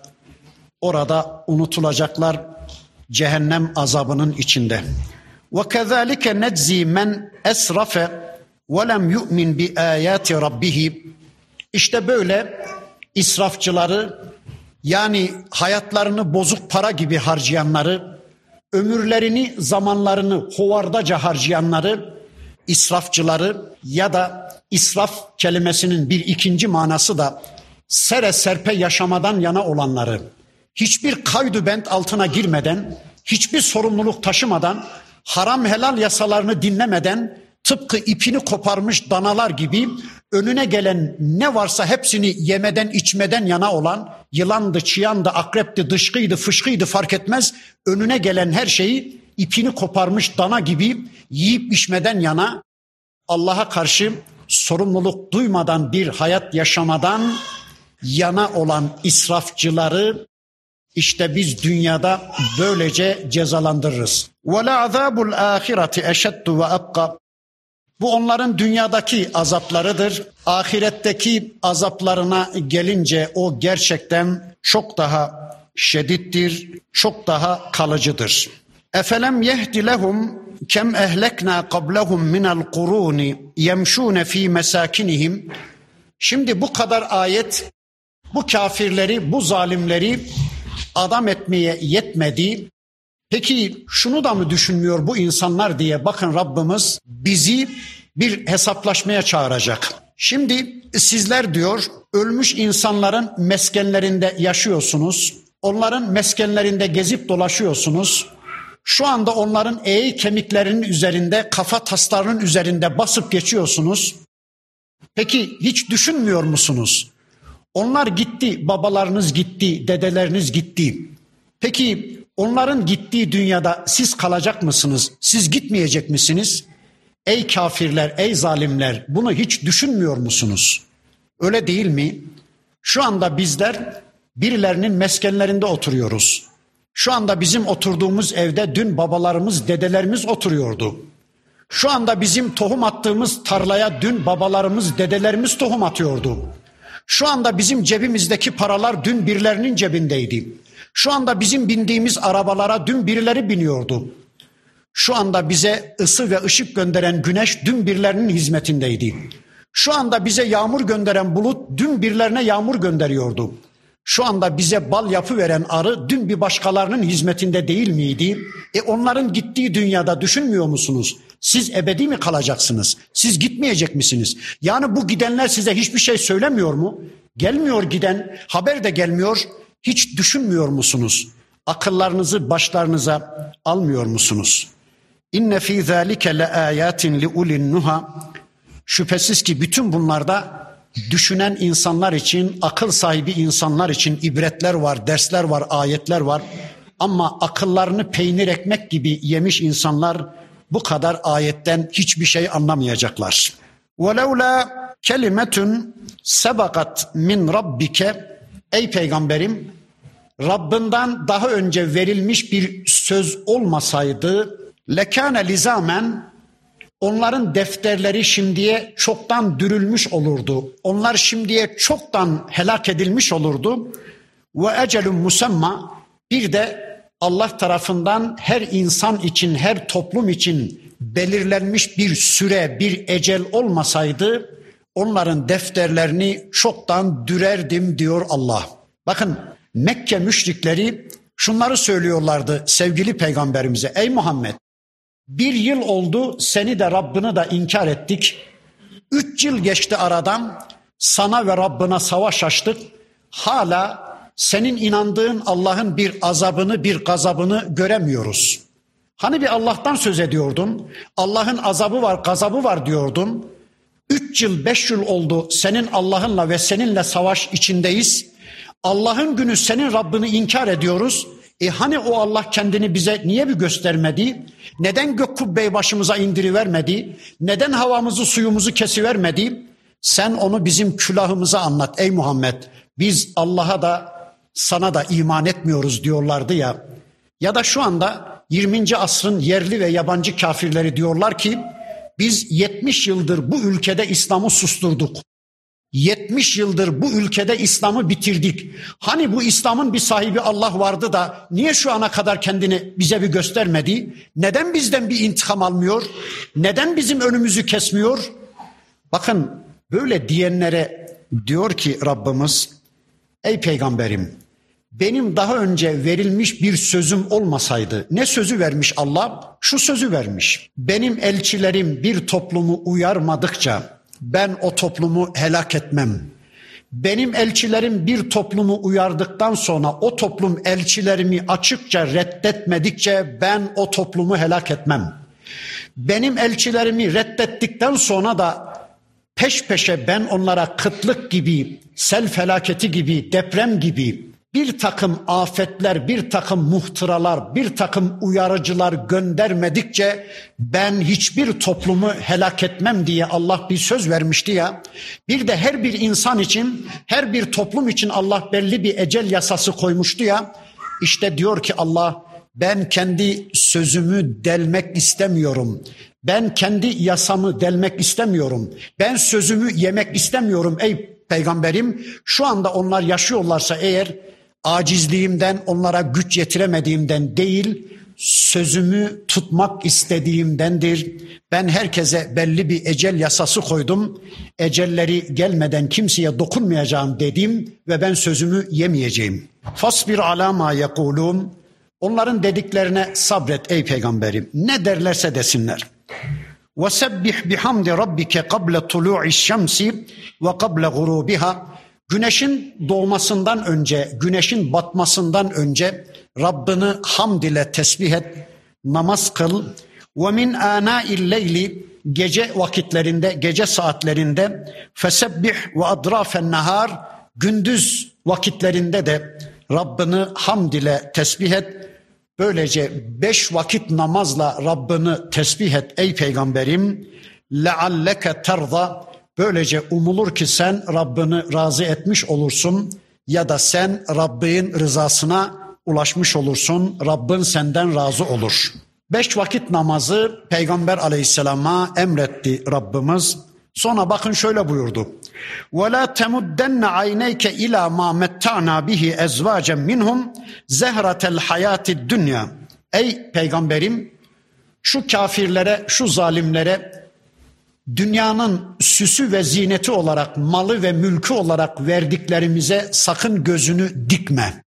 orada unutulacaklar cehennem azabının içinde. وَكَذَٰلِكَ نَجْزِي مَنْ أَسْرَفَ وَلَمْ يُؤْمِنْ بِآيَاتِ رَبِّهِ. İşte böyle israfçıları, yani hayatlarını bozuk para gibi harcayanları, ömürlerini, zamanlarını hovardaca harcayanları, israfçıları ya da israf kelimesinin bir ikinci manası da sere serpe yaşamadan yana olanları, hiçbir kaydu bent altına girmeden, hiçbir sorumluluk taşımadan, haram helal yasalarını dinlemeden, tıpkı ipini koparmış danalar gibi önüne gelen ne varsa hepsini yemeden içmeden yana olan, yılandı, çıyandı, akrepti, dışkıydı, fışkıydı fark etmez, önüne gelen her şeyi ipini koparmış dana gibi yiyip içmeden yana, Allah'a karşı sorumluluk duymadan bir hayat yaşamadan yana olan israfçıları işte biz dünyada böylece cezalandırırız. وَلَعَذَابُ الْآخِرَةِ اَشَدُّ وَأَبْقَى. Bu onların dünyadaki azaplarıdır. Ahiretteki azaplarına gelince o gerçekten çok daha şiddetlidir, çok daha kalıcıdır. اَفَلَمْ يَهْدِ لَهُمْ كَمْ اَهْلَكْنَا قَبْلَهُمْ مِنَ الْقُرُونِ يَمْشُونَ ف۪ي مَسَاكِنِهِمْ. Şimdi bu kadar ayet bu kafirleri, bu zalimleri adam etmeye yetmedi. Peki şunu da mı düşünmüyor bu insanlar diye bakın Rabbimiz bizi bir hesaplaşmaya çağıracak. Şimdi sizler diyor ölmüş insanların meskenlerinde yaşıyorsunuz. Onların meskenlerinde gezip dolaşıyorsunuz. Şu anda onların kemiklerinin üzerinde, kafa taslarının üzerinde basıp geçiyorsunuz. Peki hiç düşünmüyor musunuz? Onlar gitti, babalarınız gitti, dedeleriniz gitti. Peki onların gittiği dünyada siz kalacak mısınız? Siz gitmeyecek misiniz? Ey kafirler, ey zalimler, bunu hiç düşünmüyor musunuz? Öyle değil mi? Şu anda bizler birilerinin meskenlerinde oturuyoruz. Şu anda bizim oturduğumuz evde dün babalarımız, dedelerimiz oturuyordu. Şu anda bizim tohum attığımız tarlaya dün babalarımız, dedelerimiz tohum atıyordu. Şu anda bizim cebimizdeki paralar dün birilerinin cebindeydi. Şu anda bizim bindiğimiz arabalara dün birileri biniyordu. Şu anda bize ısı ve ışık gönderen güneş dün birilerinin hizmetindeydi. Şu anda bize yağmur gönderen bulut dün birilerine yağmur gönderiyordu. Şu anda bize bal yapıveren arı dün bir başkalarının hizmetinde değil miydi? Onların gittiği dünyada düşünmüyor musunuz? Siz ebedi mi kalacaksınız? Siz gitmeyecek misiniz? Yani bu gidenler size hiçbir şey söylemiyor mu? Gelmiyor giden, haber de gelmiyor. Hiç düşünmüyor musunuz? Akıllarınızı başlarınıza almıyor musunuz? İnne fî zâlike le âyâtin li ulin nuha. Şüphesiz ki bütün bunlarda düşünen insanlar için, akıl sahibi insanlar için ibretler var, dersler var, ayetler var. Ama akıllarını peynir ekmek gibi yemiş insanlar bu kadar ayetten hiçbir şey anlamayacaklar. وَلَوْلَا كَلِمَةٌ سَبَقَتْ مِنْ رَبِّكَ. Ey peygamberim, Rabbinden daha önce verilmiş bir söz olmasaydı lekâne lizamen, onların defterleri şimdiye çoktan dürülmüş olurdu. Onlar şimdiye çoktan helak edilmiş olurdu. Ve ecelun musamma, bir de Allah tarafından her insan için, her toplum için belirlenmiş bir süre, bir ecel olmasaydı onların defterlerini çoktan dürerdim diyor Allah. Bakın Mekke müşrikleri şunları söylüyorlardı sevgili peygamberimize. Ey Muhammed, 1 yıl oldu seni de Rabbini de inkar ettik. 3 yıl geçti aradan, sana ve Rabbine savaş açtık. Hala senin inandığın Allah'ın bir azabını, bir gazabını göremiyoruz. Hani bir Allah'tan söz ediyordun, Allah'ın azabı var, gazabı var diyordun. 3 yıl, 5 yıl oldu senin Allah'ınla ve seninle savaş içindeyiz. Allah'ın günü senin Rabbini inkar ediyoruz. Hani o Allah kendini bize niye bir göstermedi? Neden gök kubbeyi başımıza indirivermedi? Neden havamızı suyumuzu kesivermedi? Sen onu bizim külahımıza anlat ey Muhammed. Biz Allah'a da sana da iman etmiyoruz diyorlardı ya. Ya da şu anda 20. asrın yerli ve yabancı kafirleri diyorlar ki biz 70 yıldır bu ülkede İslam'ı susturduk. 70 yıldır bu ülkede İslam'ı bitirdik. Hani bu İslam'ın bir sahibi Allah vardı da niye şu ana kadar kendini bize bir göstermedi? Neden bizden bir intikam almıyor? Neden bizim önümüzü kesmiyor? Bakın böyle diyenlere diyor ki Rabbimiz, ey peygamberim benim daha önce verilmiş bir sözüm olmasaydı, ne sözü vermiş Allah? Şu sözü vermiş. Benim elçilerim bir toplumu uyarmadıkça ben o toplumu helak etmem. Benim elçilerim bir toplumu uyardıktan sonra o toplum elçilerimi açıkça reddetmedikçe ben o toplumu helak etmem. Benim elçilerimi reddettikten sonra da peş peşe ben onlara kıtlık gibi, sel felaketi gibi, deprem gibi bir takım afetler, bir takım muhtıralar, bir takım uyarıcılar göndermedikçe ben hiçbir toplumu helak etmem diye Allah bir söz vermişti ya. Bir de her bir insan için, her bir toplum için Allah belli bir ecel yasası koymuştu ya. İşte diyor ki Allah, ben kendi sözümü delmek istemiyorum. Ben kendi yasamı delmek istemiyorum. Ben sözümü yemek istemiyorum ey peygamberim. Şu anda onlar yaşıyorlarsa eğer acizliğimden, onlara güç yetiremediğimden değil, sözümü tutmak istediğimdendir. Ben herkese belli bir ecel yasası koydum. Ecelleri gelmeden kimseye dokunmayacağım dedim ve ben sözümü yemeyeceğim. Fasbir ala ma yekulun. Onların dediklerine sabret ey peygamberim. Ne derlerse desinler. وَسَبِّحْ بِحَمْدِ رَبِّكَ قَبْلَ طُلُوعِ الشَّمْسِ وَقَبْلَ غُرُوبِهَا. Güneşin doğmasından önce, güneşin batmasından önce Rabbini hamd ile tesbih et, namaz kıl. وَمِنْ آنَاءِ اللَّيْلِ. Gece vakitlerinde, gece saatlerinde فَسَبِّحْ وَأَدْرَافَ النَّهَارِ. Gündüz vakitlerinde de Rabbini hamd ile tesbih et. Böylece 5 vakit namazla Rabbini tesbih et ey peygamberim. لَعَلَّكَ تَرْضَى. Böylece umulur ki sen Rabbini razı etmiş olursun ya da sen Rabbin rızasına ulaşmış olursun. Rabbin senden razı olur. 5 vakit namazı Peygamber aleyhisselama emretti Rabbimiz. Sonra bakın şöyle buyurdu. وَلَا تَمُدَّنَّ عَيْنَيْكَ اِلَى مَا مَتَّعْنَا بِهِ اَزْوَاجًا مِنْهُمْ زَهْرَةَ الْحَيَاةِ الدُّنْيَا. Ey peygamberim şu kafirlere, şu zalimlere dünyanın süsü ve zineti olarak, malı ve mülkü olarak verdiklerimize sakın gözünü dikme.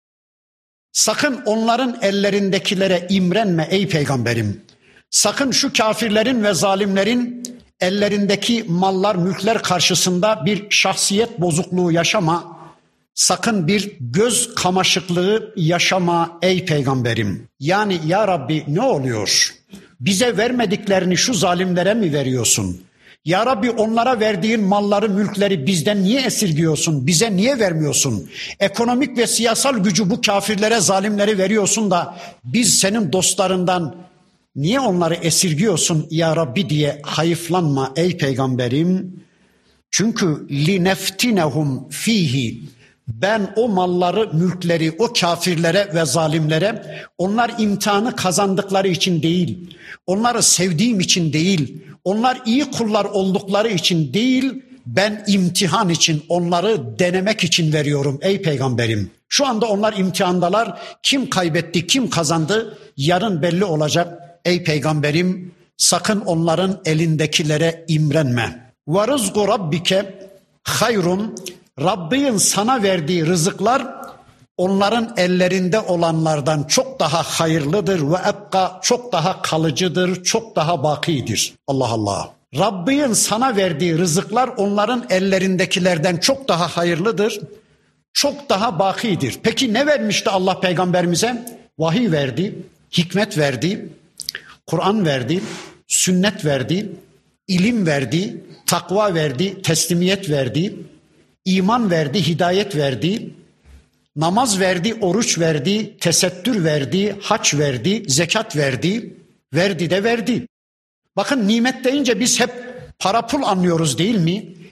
Sakın onların ellerindekileri imrenme ey peygamberim. Sakın şu kafirlerin ve zalimlerin ellerindeki mallar, mülkler karşısında bir şahsiyet bozukluğu yaşama. Sakın bir göz kamaşıklığı yaşama ey peygamberim. Yani ya Rabbi ne oluyor? Bize vermediklerini şu zalimlere mi veriyorsun? Ya Rabbi onlara verdiğin malları, mülkleri bizden niye esirgiyorsun? Bize niye vermiyorsun? Ekonomik ve siyasal gücü bu kafirlere, zalimlere veriyorsun da biz senin dostlarından niye onları esirgiyorsun ya Rabbi diye hayıflanma ey peygamberim. Çünkü lineftinehum fihi. Ben o malları, mülkleri o kafirlere ve zalimlere onlar imtihanı kazandıkları için değil, onları sevdiğim için değil, onlar iyi kullar oldukları için değil, ben imtihan için, onları denemek için veriyorum ey peygamberim. Şu anda onlar imtihandalar. Kim kaybetti, kim kazandı yarın belli olacak ey peygamberim. Sakın onların elindekilere imrenme. Ve rızku rabbike hayrun. Rabbin sana verdiği rızıklar onların ellerinde olanlardan çok daha hayırlıdır ve ebka, çok daha kalıcıdır, çok daha bakidir. Allah Allah. Rabbin sana verdiği rızıklar onların ellerindekilerden çok daha hayırlıdır, çok daha bakidir. Peki ne vermişti Allah peygamberimize? Vahiy verdi, hikmet verdi, Kur'an verdi, sünnet verdi, ilim verdi, takva verdi, teslimiyet verdi, iman verdi, hidayet verdi, namaz verdi, oruç verdi, tesettür verdi, hac verdi, zekat verdi, verdi de verdi. Bakın nimet deyince biz hep para pul anlıyoruz değil mi?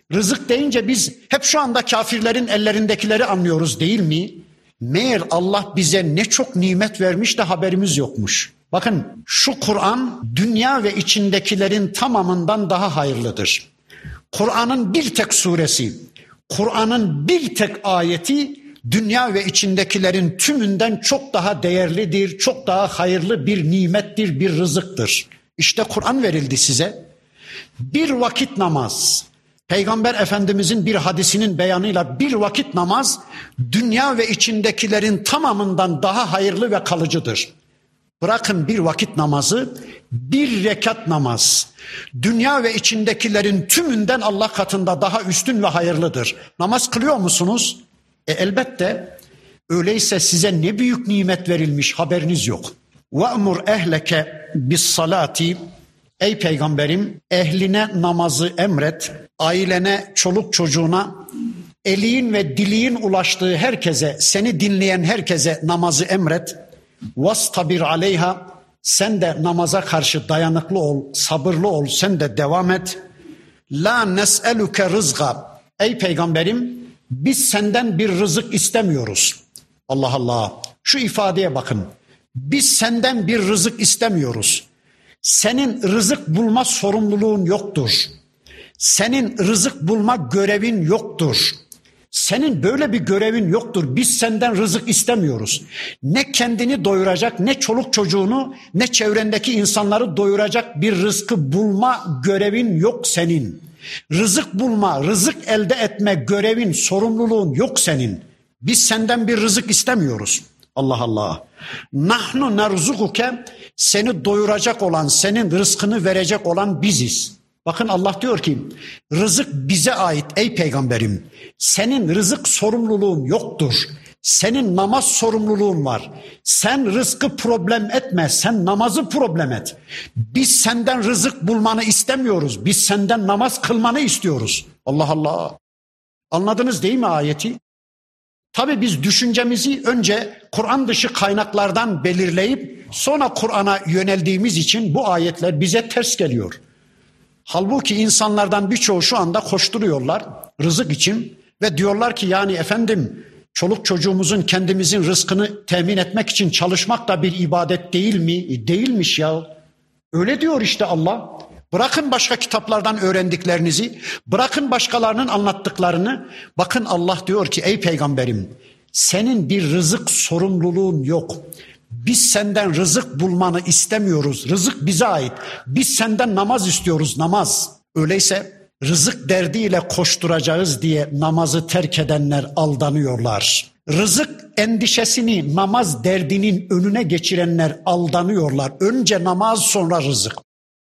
Rızık deyince biz hep şu anda kafirlerin ellerindekileri anlıyoruz değil mi? Meğer Allah bize ne çok nimet vermiş de haberimiz yokmuş. Bakın şu Kur'an dünya ve içindekilerin tamamından daha hayırlıdır. Kur'an'ın bir tek suresi, Kur'an'ın bir tek ayeti dünya ve içindekilerin tümünden çok daha değerlidir, çok daha hayırlı bir nimettir, bir rızıktır. İşte Kur'an verildi size. Bir vakit namaz, Peygamber Efendimizin bir hadisinin beyanıyla bir vakit namaz dünya ve içindekilerin tamamından daha hayırlı ve kalıcıdır. Bırakın bir vakit namazı, bir rekat namaz dünya ve içindekilerin tümünden Allah katında daha üstün ve hayırlıdır. Namaz kılıyor musunuz? Elbette. Öyleyse size ne büyük nimet verilmiş, haberiniz yok. وَأْمُرْ اَهْلَكَ بِالصَّلَاتِ Ey peygamberim, ehline namazı emret, ailene, çoluk çocuğuna, eliğin ve diliğin ulaştığı herkese, seni dinleyen herkese namazı emret. وَاسْتَبِرْ عَلَيْهَا Sen de namaza karşı dayanıklı ol, sabırlı ol, sen de devam et. لَا نَسْأَلُكَ رِزْغًا Ey peygamberim, biz senden bir rızık istemiyoruz. Allah Allah, şu ifadeye bakın. Biz senden bir rızık istemiyoruz. Senin rızık bulma sorumluluğun yoktur. Senin rızık bulma görevin yoktur. Senin böyle bir görevin yoktur. Biz senden rızık istemiyoruz. Ne kendini doyuracak, ne çoluk çocuğunu, ne çevrendeki insanları doyuracak bir rızkı bulma görevin yok senin. Rızık bulma, rızık elde etme görevin, sorumluluğun yok senin. Biz senden bir rızık istemiyoruz. Allah Allah. Nahnu nerzukuke Seni doyuracak olan, senin rızkını verecek olan biziz. Bakın Allah diyor ki rızık bize ait ey peygamberim. Senin rızık sorumluluğun yoktur. Senin namaz sorumluluğun var. Sen rızkı problem etme, sen namazı problem et. Biz senden rızık bulmanı istemiyoruz. Biz senden namaz kılmanı istiyoruz. Allah Allah. Anladınız değil mi ayeti? Tabii biz düşüncemizi önce Kur'an dışı kaynaklardan belirleyip sonra Kur'an'a yöneldiğimiz için bu ayetler bize ters geliyor. Halbuki insanlardan birçoğu şu anda koşturuyorlar rızık için ve diyorlar ki yani efendim çoluk çocuğumuzun kendimizin rızkını temin etmek için çalışmak da bir ibadet değil mi? Değilmiş ya. Öyle diyor işte Allah. Bırakın başka kitaplardan öğrendiklerinizi, bırakın başkalarının anlattıklarını. Bakın Allah diyor ki ey peygamberim senin bir rızık sorumluluğun yok. Biz senden rızık bulmanı istemiyoruz. Rızık bize ait. Biz senden namaz istiyoruz, namaz. Öyleyse rızık derdiyle koşturacağız diye namazı terk edenler aldanıyorlar. Rızık endişesini namaz derdinin önüne geçirenler aldanıyorlar. Önce namaz sonra rızık.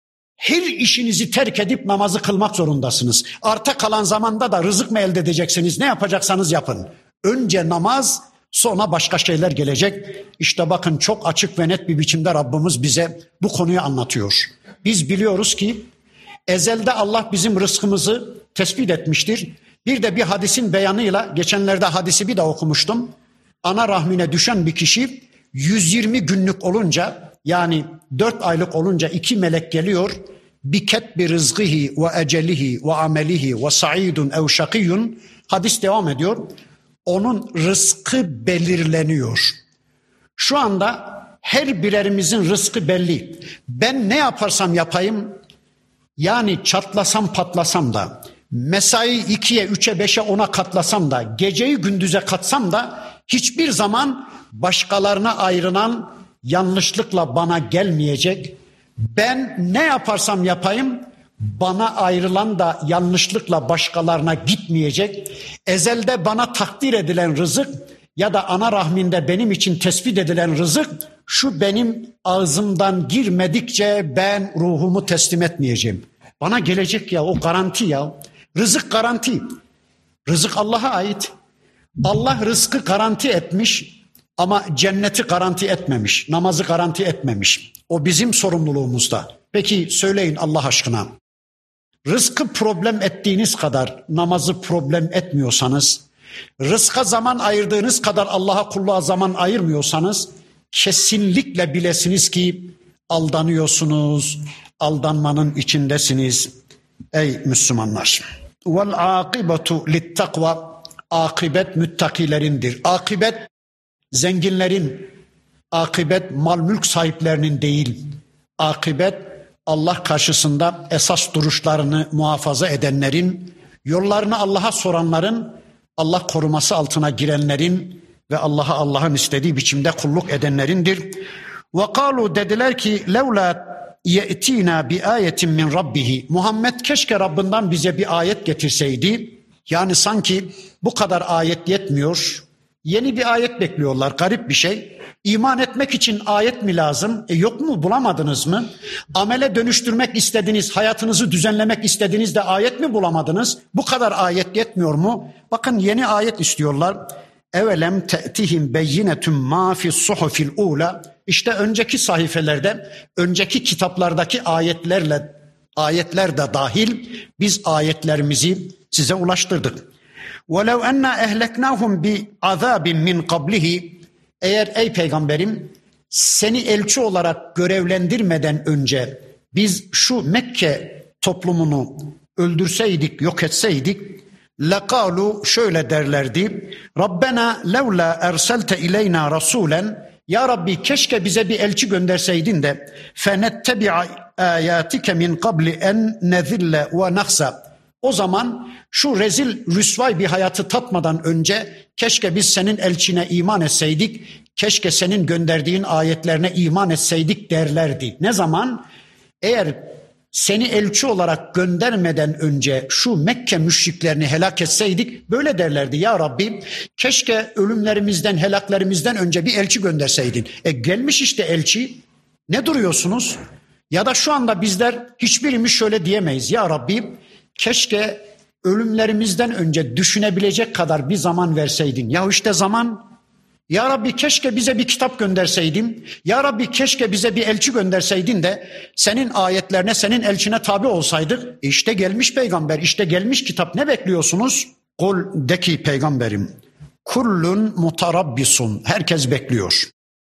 Her işinizi terk edip namazı kılmak zorundasınız. Arta kalan zamanda da rızık mı elde edeceksiniz? Ne yapacaksanız yapın. Önce namaz, sonra başka şeyler gelecek. İşte bakın çok açık ve net bir biçimde Rabbimiz bize bu konuyu anlatıyor. Biz biliyoruz ki ezelde Allah bizim rızkımızı tespit etmiştir. Bir de bir hadisin beyanıyla geçenlerde hadisi bir de okumuştum. Ana rahmine düşen bir kişi 120 günlük olunca yani 4 aylık olunca 2 melek geliyor. Biketbi rızgıhi ve ecelihi ve amelihi ve sa'idun ev şakiyun. Hadis devam ediyor. Onun rızkı belirleniyor. Şu anda her birerimizin rızkı belli. Ben ne yaparsam yapayım yani çatlasam patlasam da mesai 2'ye 3'e 5'e 10'a katlasam da geceyi gündüze katsam da hiçbir zaman başkalarına ayrılan yanlışlıkla bana gelmeyecek. Ben ne yaparsam yapayım bana ayrılan da yanlışlıkla başkalarına gitmeyecek. Ezelde bana takdir edilen rızık ya da ana rahminde benim için tespit edilen rızık şu benim ağzımdan girmedikçe ben ruhumu teslim etmeyeceğim. Bana gelecek ya o garanti ya. Rızık garanti. Rızık Allah'a ait. Allah rızkı garanti etmiş ama cenneti garanti etmemiş. Namazı garanti etmemiş. O bizim sorumluluğumuzda. Peki söyleyin Allah aşkına. Rızkı problem ettiğiniz kadar namazı problem etmiyorsanız, rızka zaman ayırdığınız kadar Allah'a kulluğa zaman ayırmıyorsanız kesinlikle bilesiniz ki aldanıyorsunuz, aldanmanın içindesiniz ey Müslümanlar. Vel akibetu littakva. Akibet müttakilerindir. Akibet zenginlerin, akibet mal mülk sahiplerinin değil. Akibet Allah karşısında esas duruşlarını muhafaza edenlerin, yollarını Allah'a soranların, Allah koruması altına girenlerin ve Allah'a Allah'ın istediği biçimde kulluk edenlerindir. Ve kalu dediler ki levla ye'tina bi ayetin min rabbihi. Muhammed keşke Rabbinden bize bir ayet getirseydi. Yani sanki bu kadar ayet yetmiyor. Yeni bir ayet bekliyorlar. Garip bir şey. İman etmek için ayet mi lazım? Yok mu? Bulamadınız mı? Amele dönüştürmek istediniz, hayatınızı düzenlemek istediniz de ayet mi bulamadınız? Bu kadar ayet yetmiyor mu? Bakın yeni ayet istiyorlar. Evelem te'tihim beyinetun ma fi's suhufil ula. İşte önceki sahifelerde, önceki kitaplardaki ayetler de dahil biz ayetlerimizi size ulaştırdık. وَلَوْ اَنَّا اَهْلَكْنَاهُمْ بِعَذَابٍ مِّنْ قَبْلِهِ. Eğer ey peygamberim seni elçi olarak görevlendirmeden önce biz şu Mekke toplumunu öldürseydik, yok etseydik, لَقَالُوا şöyle derlerdi. Rabbena levla erselte ileyna rasulen. Ya Rabbi keşke bize bir elçi gönderseydin de فَنَتَّبِعَ آيَاتِكَ مِنْ قَبْلِ اَنْ نَذِلَّ وَنَخْسَ. O zaman şu rezil rüsvay bir hayatı tatmadan önce keşke biz senin elçine iman etseydik, keşke senin gönderdiğin ayetlerine iman etseydik derlerdi. Ne zaman? Eğer seni elçi olarak göndermeden önce şu Mekke müşriklerini helak etseydik böyle derlerdi. Ya Rabbi keşke ölümlerimizden, helaklerimizden önce bir elçi gönderseydin. Gelmiş işte elçi. Ne duruyorsunuz? Ya da şu anda bizler hiçbirimiz şöyle diyemeyiz. Ya Rabbi keşke ölümlerimizden önce düşünebilecek kadar bir zaman verseydin. Ya işte zaman. Ya Rabbi keşke bize bir kitap gönderseydin. Ya Rabbi keşke bize bir elçi gönderseydin de senin ayetlerine, senin elçine tabi olsaydık. İşte gelmiş peygamber, işte gelmiş kitap. Ne bekliyorsunuz? Kul de ki peygamberim. Kullun mutarabbisun. Herkes bekliyor.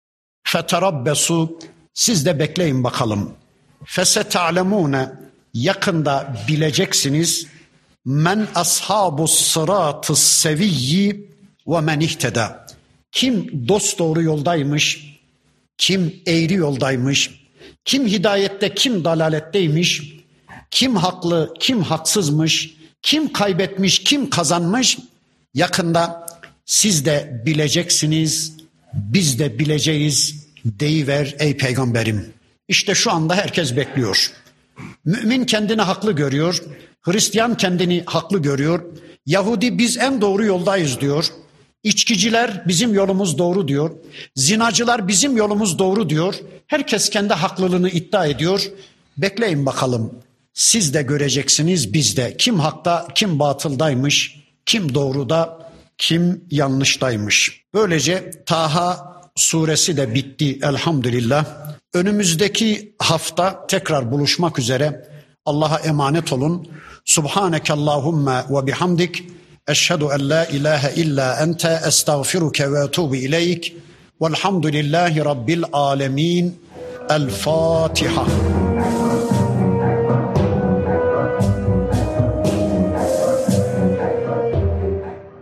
Feterabbesu. Siz de bekleyin bakalım. Feseta'lemune. Yakında bileceksiniz. Men ashabus sıratı seviyyi ve men ihteda. Kim dosdoğru yoldaymış, kim eğri yoldaymış, kim hidayette, kim dalaletteymiş, kim haklı, kim haksızmış, kim kaybetmiş, kim kazanmış. Yakında siz de bileceksiniz, biz de bileceğiz deyiver ey peygamberim. İşte şu anda herkes bekliyor. Mümin kendini haklı görüyor, Hristiyan kendini haklı görüyor, Yahudi biz en doğru yoldayız diyor. İçkiciler bizim yolumuz doğru diyor. Zinacılar bizim yolumuz doğru diyor. Herkes kendi haklılığını iddia ediyor. Bekleyin bakalım. Siz de göreceksiniz biz de. Kim hakta, kim batıldaymış, kim doğruda, kim yanlıştaymış. Böylece Taha suresi de bitti elhamdülillah. Önümüzdeki hafta tekrar buluşmak üzere. Allah'a emanet olun. Subhaneke Allahümme ve bihamdik. Eşhedü en la ilahe illa ente estağfiruke ve etubu ileyk. Velhamdülillahi Rabbil alemin. El Fatiha.